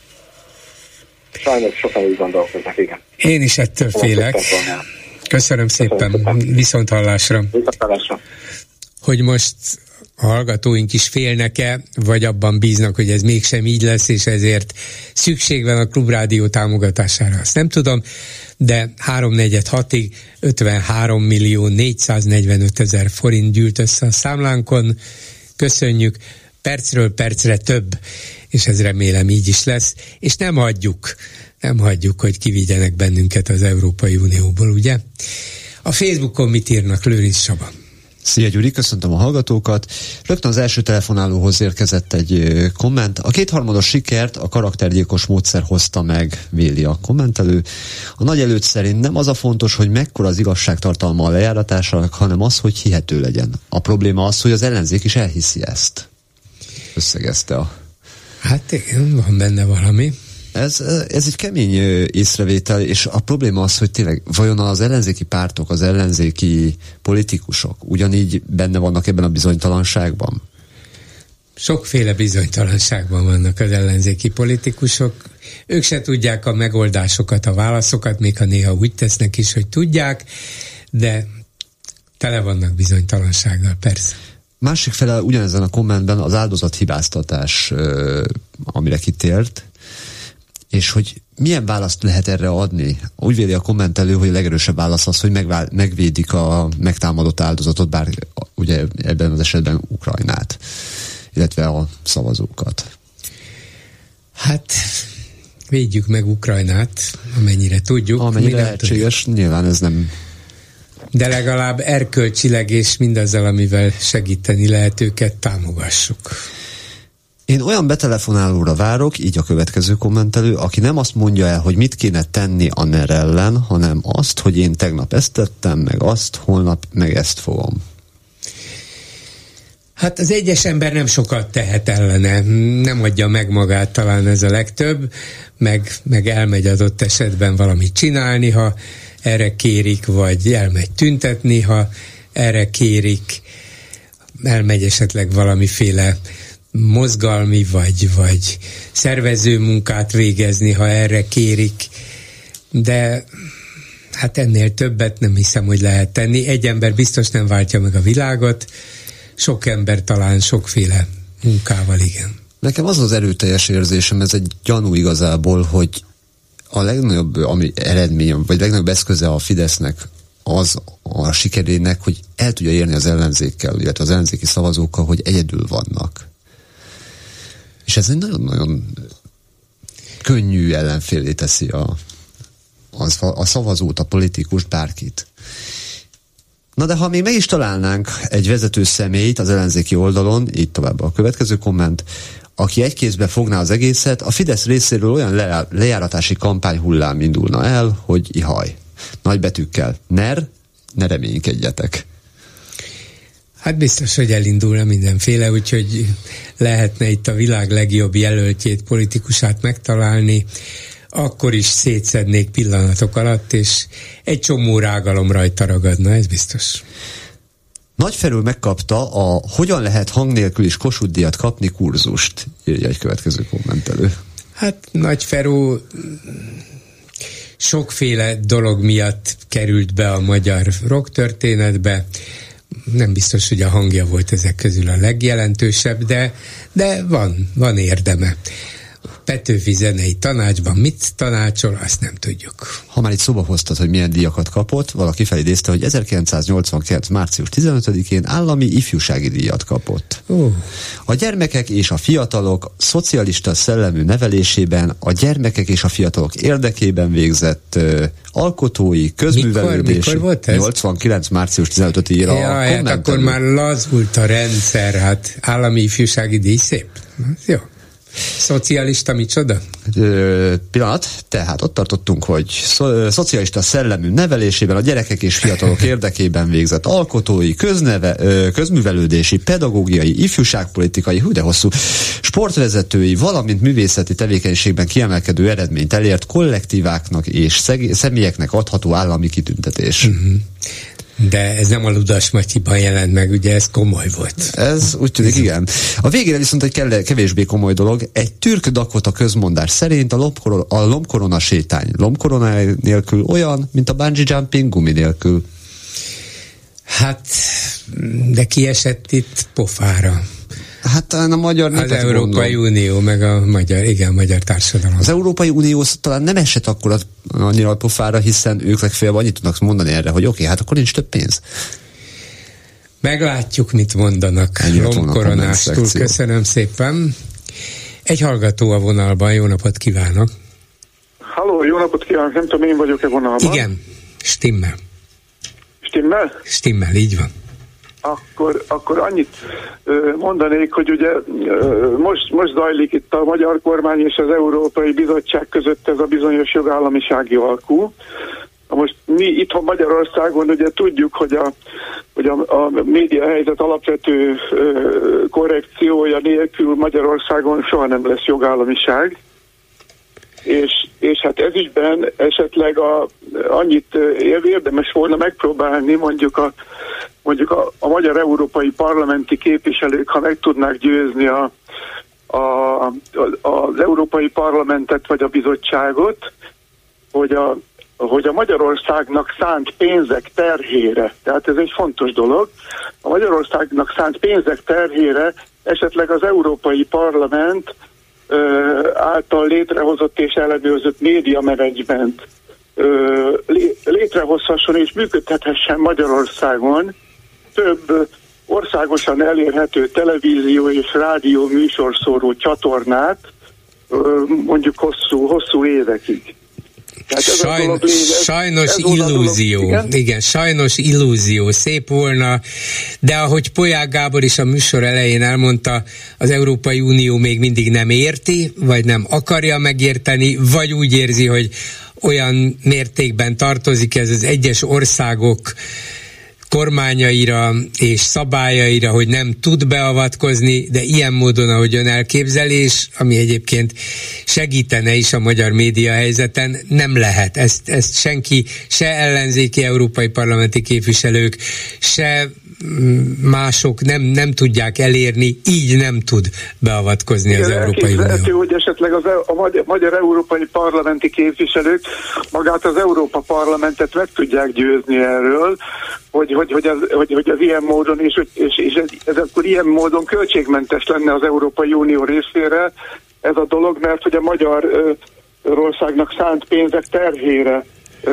Sajnos sokan úgy gondolkoznak, igen. Én is ettől félek. Köszönöm szépen, viszont hallásra. Viszont hallásra. Hogy most a hallgatóink is félnek-e, vagy abban bíznak, hogy ez mégsem így lesz, és ezért szükség van a Klubrádió támogatására, azt nem tudom, de háromnegyed hatig ötvenhárom millió négyszáznegyvenöt ezer forint gyűlt össze a számlánkon. Köszönjük, percről percre több, és ez remélem így is lesz, és nem hagyjuk, nem hagyjuk, hogy kivigyenek bennünket az Európai Unióból, ugye? A Facebookon mit írnak, Lőrinc Csaba? Szia Gyuri, köszöntöm a hallgatókat. Rögtön az első telefonálóhoz érkezett egy komment. A kétharmados sikert a karaktergyilkos módszer hozta meg, véli a kommentelő. A nagy előtt szerint nem az a fontos, hogy mekkora az igazságtartalma a lejáratásnak, hanem az, hogy hihető legyen. A probléma az, hogy az ellenzék is elhiszi ezt. Összegezte a... Hát igen, van benne valami. Ez, ez egy kemény észrevétel, és a probléma az, hogy tényleg vajon az ellenzéki pártok, az ellenzéki politikusok ugyanígy benne vannak ebben a bizonytalanságban? Sokféle bizonytalanságban vannak az ellenzéki politikusok. Ők se tudják a megoldásokat, a válaszokat, még ha néha úgy tesznek is, hogy tudják, de tele vannak bizonytalansággal, persze. Másik fele ugyanezen a kommentben az áldozathibáztatás, amire kitért, és hogy milyen választ lehet erre adni? Úgy véli a kommentelő, hogy a legerősebb válasz az, hogy megvál, megvédik a megtámadott áldozatot, bár ugye ebben az esetben Ukrajnát, illetve a szavazókat. Hát védjük meg Ukrajnát, amennyire tudjuk. Amennyire lehetséges, nyilván ez nem De legalább erkölcsileg és mindazzal, amivel segíteni lehet őket, támogassuk. Én olyan betelefonálóra várok, így a következő kommentelő, aki nem azt mondja el, hogy mit kéne tenni a NER ellen, hanem azt, hogy én tegnap ezt tettem, meg azt, holnap meg ezt fogom. Hát az egyes ember nem sokat tehet ellene, nem adja meg magát, talán ez a legtöbb, meg, meg elmegy adott esetben valamit csinálni, ha erre kérik, vagy elmegy tüntetni, ha erre kérik, elmegy esetleg valamiféle mozgalmi, vagy, vagy szervező munkát végezni, ha erre kérik, de hát ennél többet nem hiszem, hogy lehet tenni. Egy ember biztos nem váltja meg a világot, sok ember talán sokféle munkával, igen. Nekem az az erőteljes érzésem, ez egy gyanú igazából, hogy a legnagyobb ami eredmény, vagy legnagyobb eszköze a Fidesznek az a sikerének, hogy el tudja érni az ellenzékkel, illetve az ellenzéki szavazókkal, hogy egyedül vannak. És ez egy nagyon-nagyon könnyű ellenfélé teszi a, az, a szavazót, a politikust, bárkit. Na de ha még meg is találnánk egy vezető személyt az ellenzéki oldalon, így tovább a következő komment, aki egy kézbe fogná az egészet, a Fidesz részéről olyan le- lejáratási kampányhullám indulna el, hogy ihaj. Nagy betűkkel. NER, ne reménykedjetek. Hát biztos, hogy elindulna mindenféle, úgyhogy lehetne itt a világ legjobb jelöltjét, politikusát megtalálni, akkor is szétszednék pillanatok alatt, és egy csomó rágalom rajta ragadna, ez biztos. Nagyferül megkapta a hogyan lehet hang nélkül is Kossuth díjat kapni kurzust, írja egy következő kommentelő. Hát Nagyferú sokféle dolog miatt került be a magyar rock történetbe, nem biztos, hogy a hangja volt ezek közül a legjelentősebb, de, de van, van érdeme. Petőfi zenei tanácsban mit tanácsol, azt nem tudjuk. Ha már itt szóba hoztad, hogy milyen díjakat kapott, valaki felidézte, hogy ezerkilencszáznyolcvankilenc. március tizenötödikén állami ifjúsági díjat kapott. Uh. A gyermekek és a fiatalok szocialista szellemű nevelésében a gyermekek és a fiatalok érdekében végzett uh, alkotói, közművelődési... Mikor, mikor volt ez? nyolcvankilenc. március tizenötödike ír a ja, hát akkor már lazult a rendszer, hát állami ifjúsági díj szép. Jó. Szocialista micsoda? Ö, pillanat, tehát ott tartottunk, hogy szo- szocialista szellemű nevelésében a gyerekek és fiatalok érdekében végzett alkotói, közneve, ö, közművelődési, pedagógiai, ifjúságpolitikai, hű de hosszú, sportvezetői, valamint művészeti tevékenységben kiemelkedő eredményt elért kollektíváknak és szeg- személyeknek adható állami kitüntetés. Uh-huh. De ez nem a Ludas Matyiban jelent meg, ugye ez komoly volt. Ez úgy tűnik, igen. A végére viszont egy kevésbé komoly dolog. Egy türk Dakota közmondás szerint a lombkorona, a lombkorona sétány lombkorona nélkül olyan, mint a bungee jumping gumi nélkül. Hát, de kiesett itt pofára. Hát a magyar az Európai gondolom. Unió, meg a magyar, igen, a magyar társadalom. Az Európai Unió talán nem esett akkor annyira a pofára, hiszen ők legfeljebb annyit tudnak mondani erre, hogy oké, okay, hát akkor nincs több pénz. Meglátjuk, mit mondanak. Lombkoronástól. Köszönöm szépen. Egy hallgató a vonalban, jó napot kívánok. Halló, jó napot kívánok, nem tudom, én vagyok-e vonalban? Igen, stimmel. Stimmel? Stimmel, így van. Akkor, akkor annyit mondanék, hogy ugye most, most zajlik itt a magyar kormány és az Európai Bizottság között ez a bizonyos jogállamisági alkú. Most mi itthon Magyarországon ugye tudjuk, hogy a, hogy a, a média helyzet alapvető korrekciója nélkül Magyarországon soha nem lesz jogállamiság. És, és hát ezügyben esetleg a, annyit érdemes volna megpróbálni mondjuk a mondjuk a, a magyar európai parlamenti képviselők, ha meg tudnák győzni a, a, a, az európai parlamentet vagy a bizottságot, hogy a, hogy a Magyarországnak szánt pénzek terhére, tehát ez egy fontos dolog, a Magyarországnak szánt pénzek terhére esetleg az európai parlament ö, által létrehozott és ellenőrzött média menedzsment ö, lé, létrehozhasson és működtethessen Magyarországon több országosan elérhető televízió és rádió műsorszóró csatornát mondjuk hosszú, hosszú évekig. Sajn, lényeg, sajnos illúzió, igen? igen, sajnos illúzió, szép volna, de ahogy Polyák Gábor is a műsor elején elmondta, az Európai Unió még mindig nem érti, vagy nem akarja megérteni, vagy úgy érzi, hogy olyan mértékben tartozik ez az egyes országok kormányaira és szabályaira, hogy nem tud beavatkozni, de ilyen módon, ahogy ön elképzelés, ami egyébként segítene is a magyar média helyzeten, nem lehet. Ezt, ezt senki, se ellenzéki európai parlamenti képviselők, se mások nem, nem tudják elérni, így nem tud beavatkozni. Igen, az Európai Unió. Hogy esetleg az, a magyar, magyar európai parlamenti képviselők magát az Európa Parlamentet meg tudják győzni erről, hogy, hogy, hogy, az, hogy, hogy az ilyen módon, és, és, és ez, ez akkor ilyen módon költségmentes lenne az Európai Unió részére ez a dolog, mert hogy a Magyarországnak szánt pénzek terhére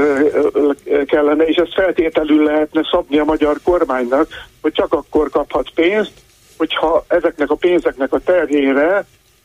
kellene, és ezt feltételül lehetne szabni a magyar kormánynak, hogy csak akkor kaphat pénzt, hogyha ezeknek a pénzeknek a terhére,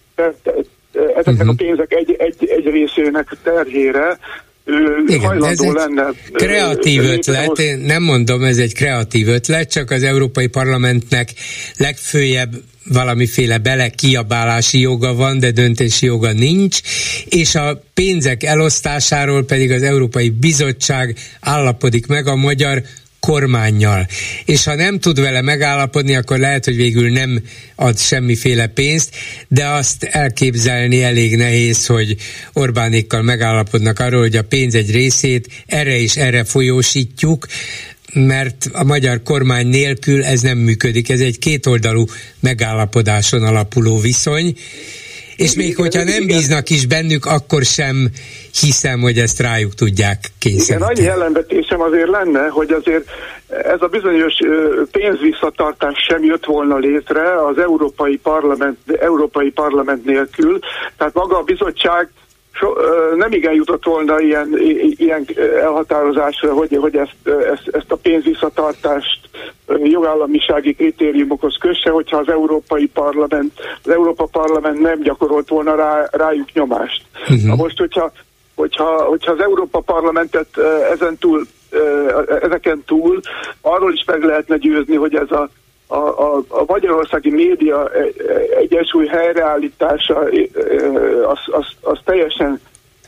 ezeknek uh-huh. a pénzek egy, egy, egy részének terhére igen, hajlandó lenne. Kreatív ötlet, én nem mondom, ez egy kreatív ötlet, csak az Európai Parlamentnek legfőjebb valamiféle belekiabálási joga van, de döntési joga nincs, és a pénzek elosztásáról pedig az Európai Bizottság állapodik meg a magyar kormánnyal. És ha nem tud vele megállapodni, akkor lehet, hogy végül nem ad semmiféle pénzt, de azt elképzelni elég nehéz, hogy Orbánékkal megállapodnak arról, hogy a pénz egy részét erre és erre folyósítjuk, mert a magyar kormány nélkül ez nem működik. Ez egy kétoldalú megállapodáson alapuló viszony, és igen, még hogyha nem igen. bíznak is bennük, akkor sem hiszem, hogy ezt rájuk tudják kényszeríteni. Igen, annyi ellenvetésem azért lenne, hogy azért ez a bizonyos pénzvisszatartás sem jött volna létre az Európai Parlament, Európai Parlament nélkül, tehát maga a bizottság So, nem igen jutott volna ilyen, ilyen elhatározásra, hogy, hogy ezt, ezt, ezt a pénzvisszatartást jogállamisági kritériumokhoz kösse, hogyha az Európai Parlament, az Európa Parlament nem gyakorolt volna rá, rájuk nyomást. Uh-huh. Na most, hogyha, hogyha, hogyha az Európa Parlamentet ezen túl, ezeken túl arról is meg lehetne győzni, hogy ez a A, a, a magyarországi média egyensúly helyreállítása az, az, az teljesen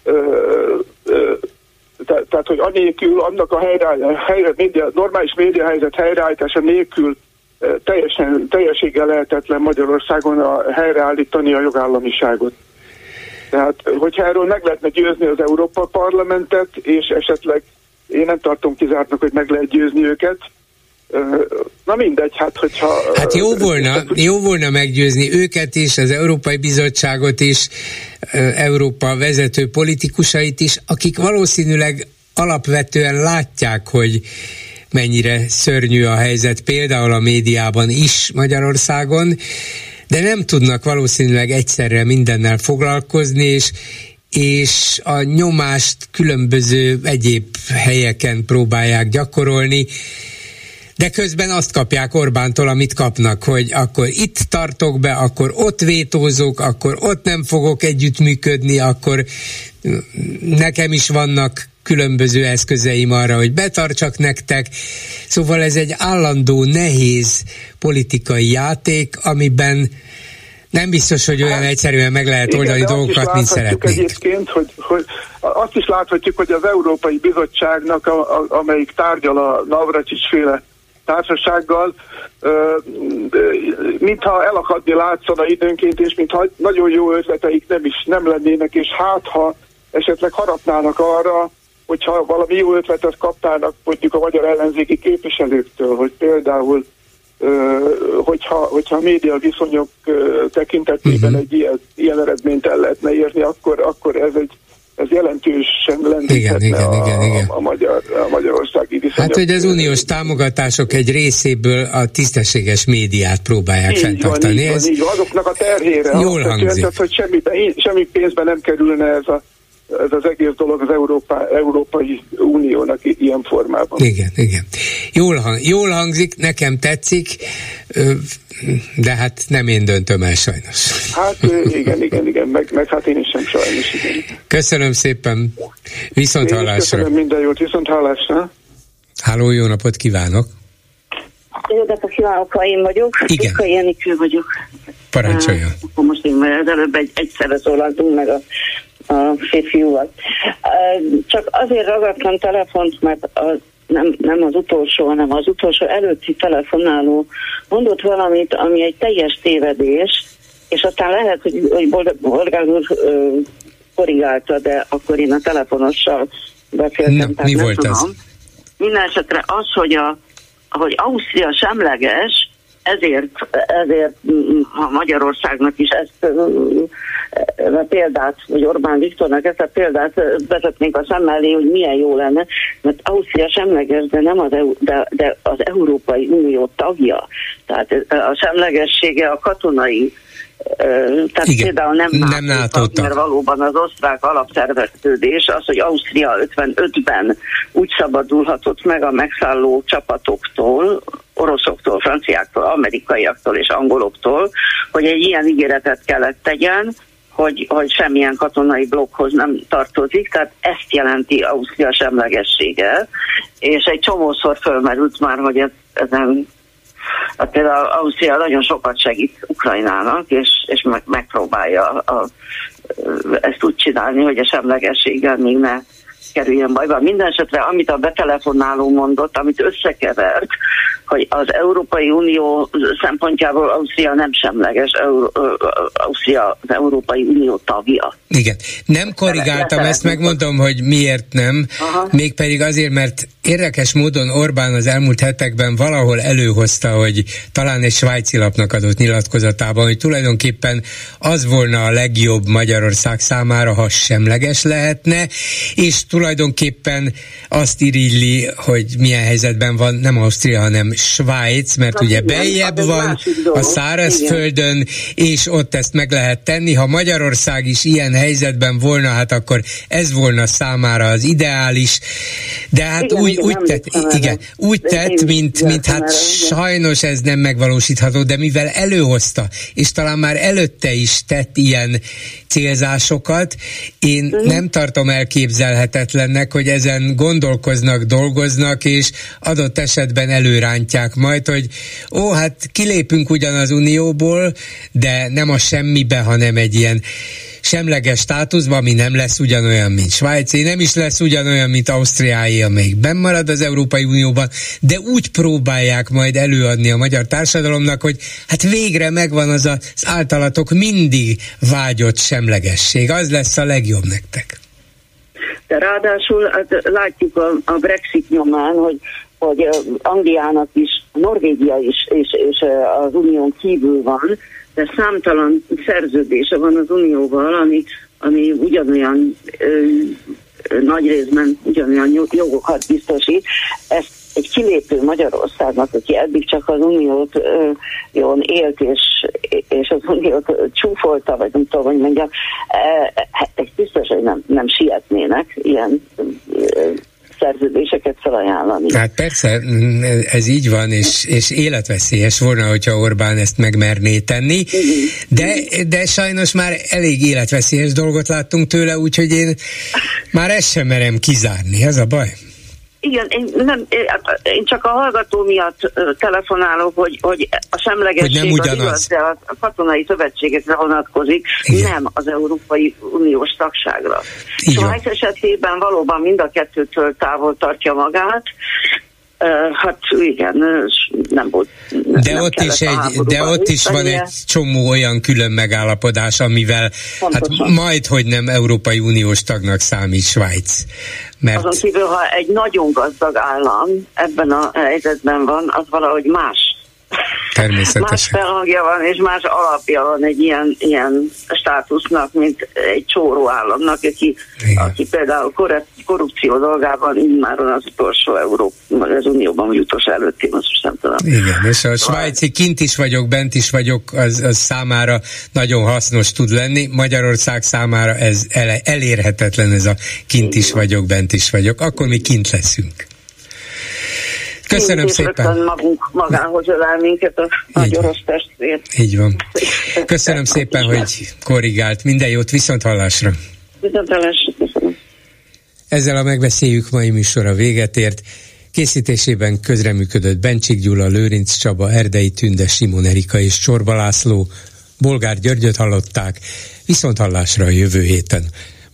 te, tehát, hogy anélkül, annak a helyre, helyre, média, normális médiahelyzet helyreállítása nélkül teljesen, teljességgel lehetetlen Magyarországon a, helyreállítani a jogállamiságot. Tehát, hogyha erről meg lehetne győzni az Európa Parlamentet, és esetleg én nem tartom kizártnak, hogy meg lehet győzni őket. Na mindegy, hát hogyha... Hát jó volna, jó volna meggyőzni őket is, az Európai Bizottságot is, Európa vezető politikusait is, akik valószínűleg alapvetően látják, hogy mennyire szörnyű a helyzet, például a médiában is Magyarországon, de nem tudnak valószínűleg egyszerre mindennel foglalkozni, és és a nyomást különböző egyéb helyeken próbálják gyakorolni, de közben azt kapják Orbántól, amit kapnak, hogy akkor itt tartok be, akkor ott vétózok, akkor ott nem fogok együttműködni, akkor nekem is vannak különböző eszközeim arra, hogy betartsak nektek. Szóval ez egy állandó, nehéz politikai játék, amiben nem biztos, hogy olyan egyszerűen meg lehet oldani igen, dolgokat, mint szeretnénk. Egyébként, hogy, hogy azt is láthatjuk, hogy az Európai Bizottságnak, a, a, amelyik tárgyal a Navracsics féle társasággal, mintha elakadni látszana időnként, és mintha nagyon jó ötleteik nem is nem lennének, és hát ha esetleg harapnának arra, hogyha valami jó ötletet kapnának mondjuk a magyar ellenzéki képviselőktől, hogy például hogyha, hogyha a média viszonyok tekintetében uh-huh. egy ilyen, ilyen eredményt el lehetne érni, akkor, akkor ez egy ez jelentősen lendíthetne a, a, a, magyar, a magyarországi viszonyok. Hát, hogy az uniós támogatások egy részéből a tisztességes médiát próbálják így fenntartani. Van, így ez van, így van. Azoknak a terhére. Jól hangzik. Tehát, hogy semmi, semmi pénzben nem kerülne ez, a, ez az egész dolog az Európa, Európai Uniónak ilyen formában. Igen, igen. Jól, hang, jól hangzik, nekem tetszik, de hát nem én döntöm el sajnos. Hát igen, igen, igen, meg, meg hát én is sem sajnos, igen. Köszönöm szépen, viszont hallásra. Köszönöm, minden jót, viszont hallásra. Háló, jó napot kívánok. Jó napot kívánok, ha én vagyok. Igen. Lukai Enikő vagyok. Parancsoljon. Uh, akkor most én az előbb egy, egyszerre szólaltunk meg a, a férfiúval. Uh, csak azért ragadtam telefont, mert a, nem, nem az utolsó, hanem az utolsó előtti telefonáló mondott valamit, ami egy teljes tévedés, és aztán lehet, hogy, hogy Bolgár úr uh, korrigálta, de akkor én a telefonossal beszéltem. Na, mi nem volt tudom. ez? Minden esetre az, hogy, a, hogy Ausztria semleges, ezért, ezért ha Magyarországnak is ezt a példát, vagy Orbán Viktornak ezt a példát vezetnénk a szem mellé, hogy milyen jó lenne, mert Ausztria semleges, de nem az, de, de az Európai Unió tagja. Tehát a semlegessége a katonai, tehát igen, például nem, nem NATO, mert valóban az osztrák alapszerveződés az, hogy Ausztria ötvenötben úgy szabadulhatott meg a megszálló csapatoktól, oroszoktól, franciáktól, amerikaiaktól és angoloktól, hogy egy ilyen ígéretet kellett tegyen, hogy, hogy semmilyen katonai blokkhoz nem tartozik, tehát ezt jelenti Ausztria semlegessége, és egy csomószor fölmerült már, hogy ez, ezen hát például Ausztria nagyon sokat segít Ukrajnának, és, és meg, megpróbálja a, ezt úgy csinálni, hogy a semlegességgel még ne kerüljön bajba. Minden esetre, amit a betelefonáló mondott, amit összekevert, hogy az Európai Unió szempontjából Ausztria nem semleges, Euró, Ausztria az Európai Unió tagja. Igen. Nem korrigáltam ezt, megmondom, hogy miért nem. Aha. Mégpedig azért, mert érdekes módon Orbán az elmúlt hetekben valahol előhozta, hogy talán egy svájci lapnak adott nyilatkozatában, hogy tulajdonképpen az volna a legjobb Magyarország számára, ha semleges lehetne, és tulajdonképpen azt irigyli, hogy milyen helyzetben van nem Ausztria, hanem Svájc, mert hát ugye beljebb van a szárazföldön, és ott ezt meg lehet tenni. Ha Magyarország is ilyen helyzetben volna, hát akkor ez volna számára az ideális, de hát igen, úgy, úgy tett, igen, úgy tett, mint, mint hát sajnos ez nem megvalósítható, de mivel előhozta, és talán már előtte is tett ilyen célzásokat, én uh-huh. nem tartom elképzelhetetlennek, hogy ezen gondolkoznak, dolgoznak, és adott esetben előrántják majd, hogy ó, hát kilépünk ugyan az Unióból, de nem a semmibe, hanem egy ilyen semleges státuszban, ami nem lesz ugyanolyan, mint Svájcé, nem is lesz ugyanolyan, mint Ausztriáé, amelyik benn marad az Európai Unióban, de úgy próbálják majd előadni a magyar társadalomnak, hogy hát végre megvan az az általatok mindig vágyott semlegesség. Az lesz a legjobb nektek. De ráadásul hát látjuk a, a Brexit nyomán, hogy hogy Angliának is, Norvégia is, és, és az unión kívül van, de számtalan szerződése van az unióval, ami, ami ugyanolyan ö, nagy részben ugyanolyan jogokat biztosít. Ezt egy kilépő Magyarországnak, aki eddig csak az uniót ö, jól élt, és, és az uniót csúfolta, vagy nem tudom, hogy mondjam, ez biztos, hogy nem, nem sietnének ilyen ö, szerződéseket felajánlani. Hát persze, ez így van, és, és életveszélyes volna, hogyha Orbán ezt megmerné tenni, de, de sajnos már elég életveszélyes dolgot láttunk tőle, úgyhogy én már ezt sem merem kizárni, ez a baj. Igen, én, nem, én csak a hallgató miatt telefonálok, hogy, hogy a semlegesség az igaz, de a katonai szövetségekre vonatkozik, igen, nem az Európai Uniós tagságra. Svájc esetében valóban mind a kettőtől távol tartja magát. Uh, hát igen, nem volt. De nem ott is, egy, de ott is van egy csomó olyan külön megállapodás, amivel pontosan, hát majd, hogy nem Európai Uniós tagnak számít Svájc. Mert... Azon kívül, ha egy nagyon gazdag állam ebben a helyzetben van, az valahogy más. Természetesen. Más felhangja van, és más alapja van egy ilyen, ilyen státusznak, mint egy csóró államnak, aki, aki például korrupció dolgában immáron az utolsó Európa, az Unióban, vagy utolsó előtt, én azt nem tudom. Igen, és a svájci kint is vagyok, bent is vagyok, az, az számára nagyon hasznos tud lenni. Magyarország számára ez el, elérhetetlen, ez a kint is vagyok, bent is vagyok. Akkor mi kint leszünk. Köszönöm szépen. Magunk magához ölel minket a nagy orosz testvér. Így van. Köszönöm szépen, hogy korrigált. Minden jót, viszont hallásra. Viszont hallásra, köszönöm. Ezzel a megbeszéljük mai műsora véget ért. Készítésében közreműködött Bencsik Gyula, Lőrinc Csaba, Erdei Tünde, Simon Erika és Csorba László. Bolgár Györgyöt hallották. Viszont hallásra a jövő héten.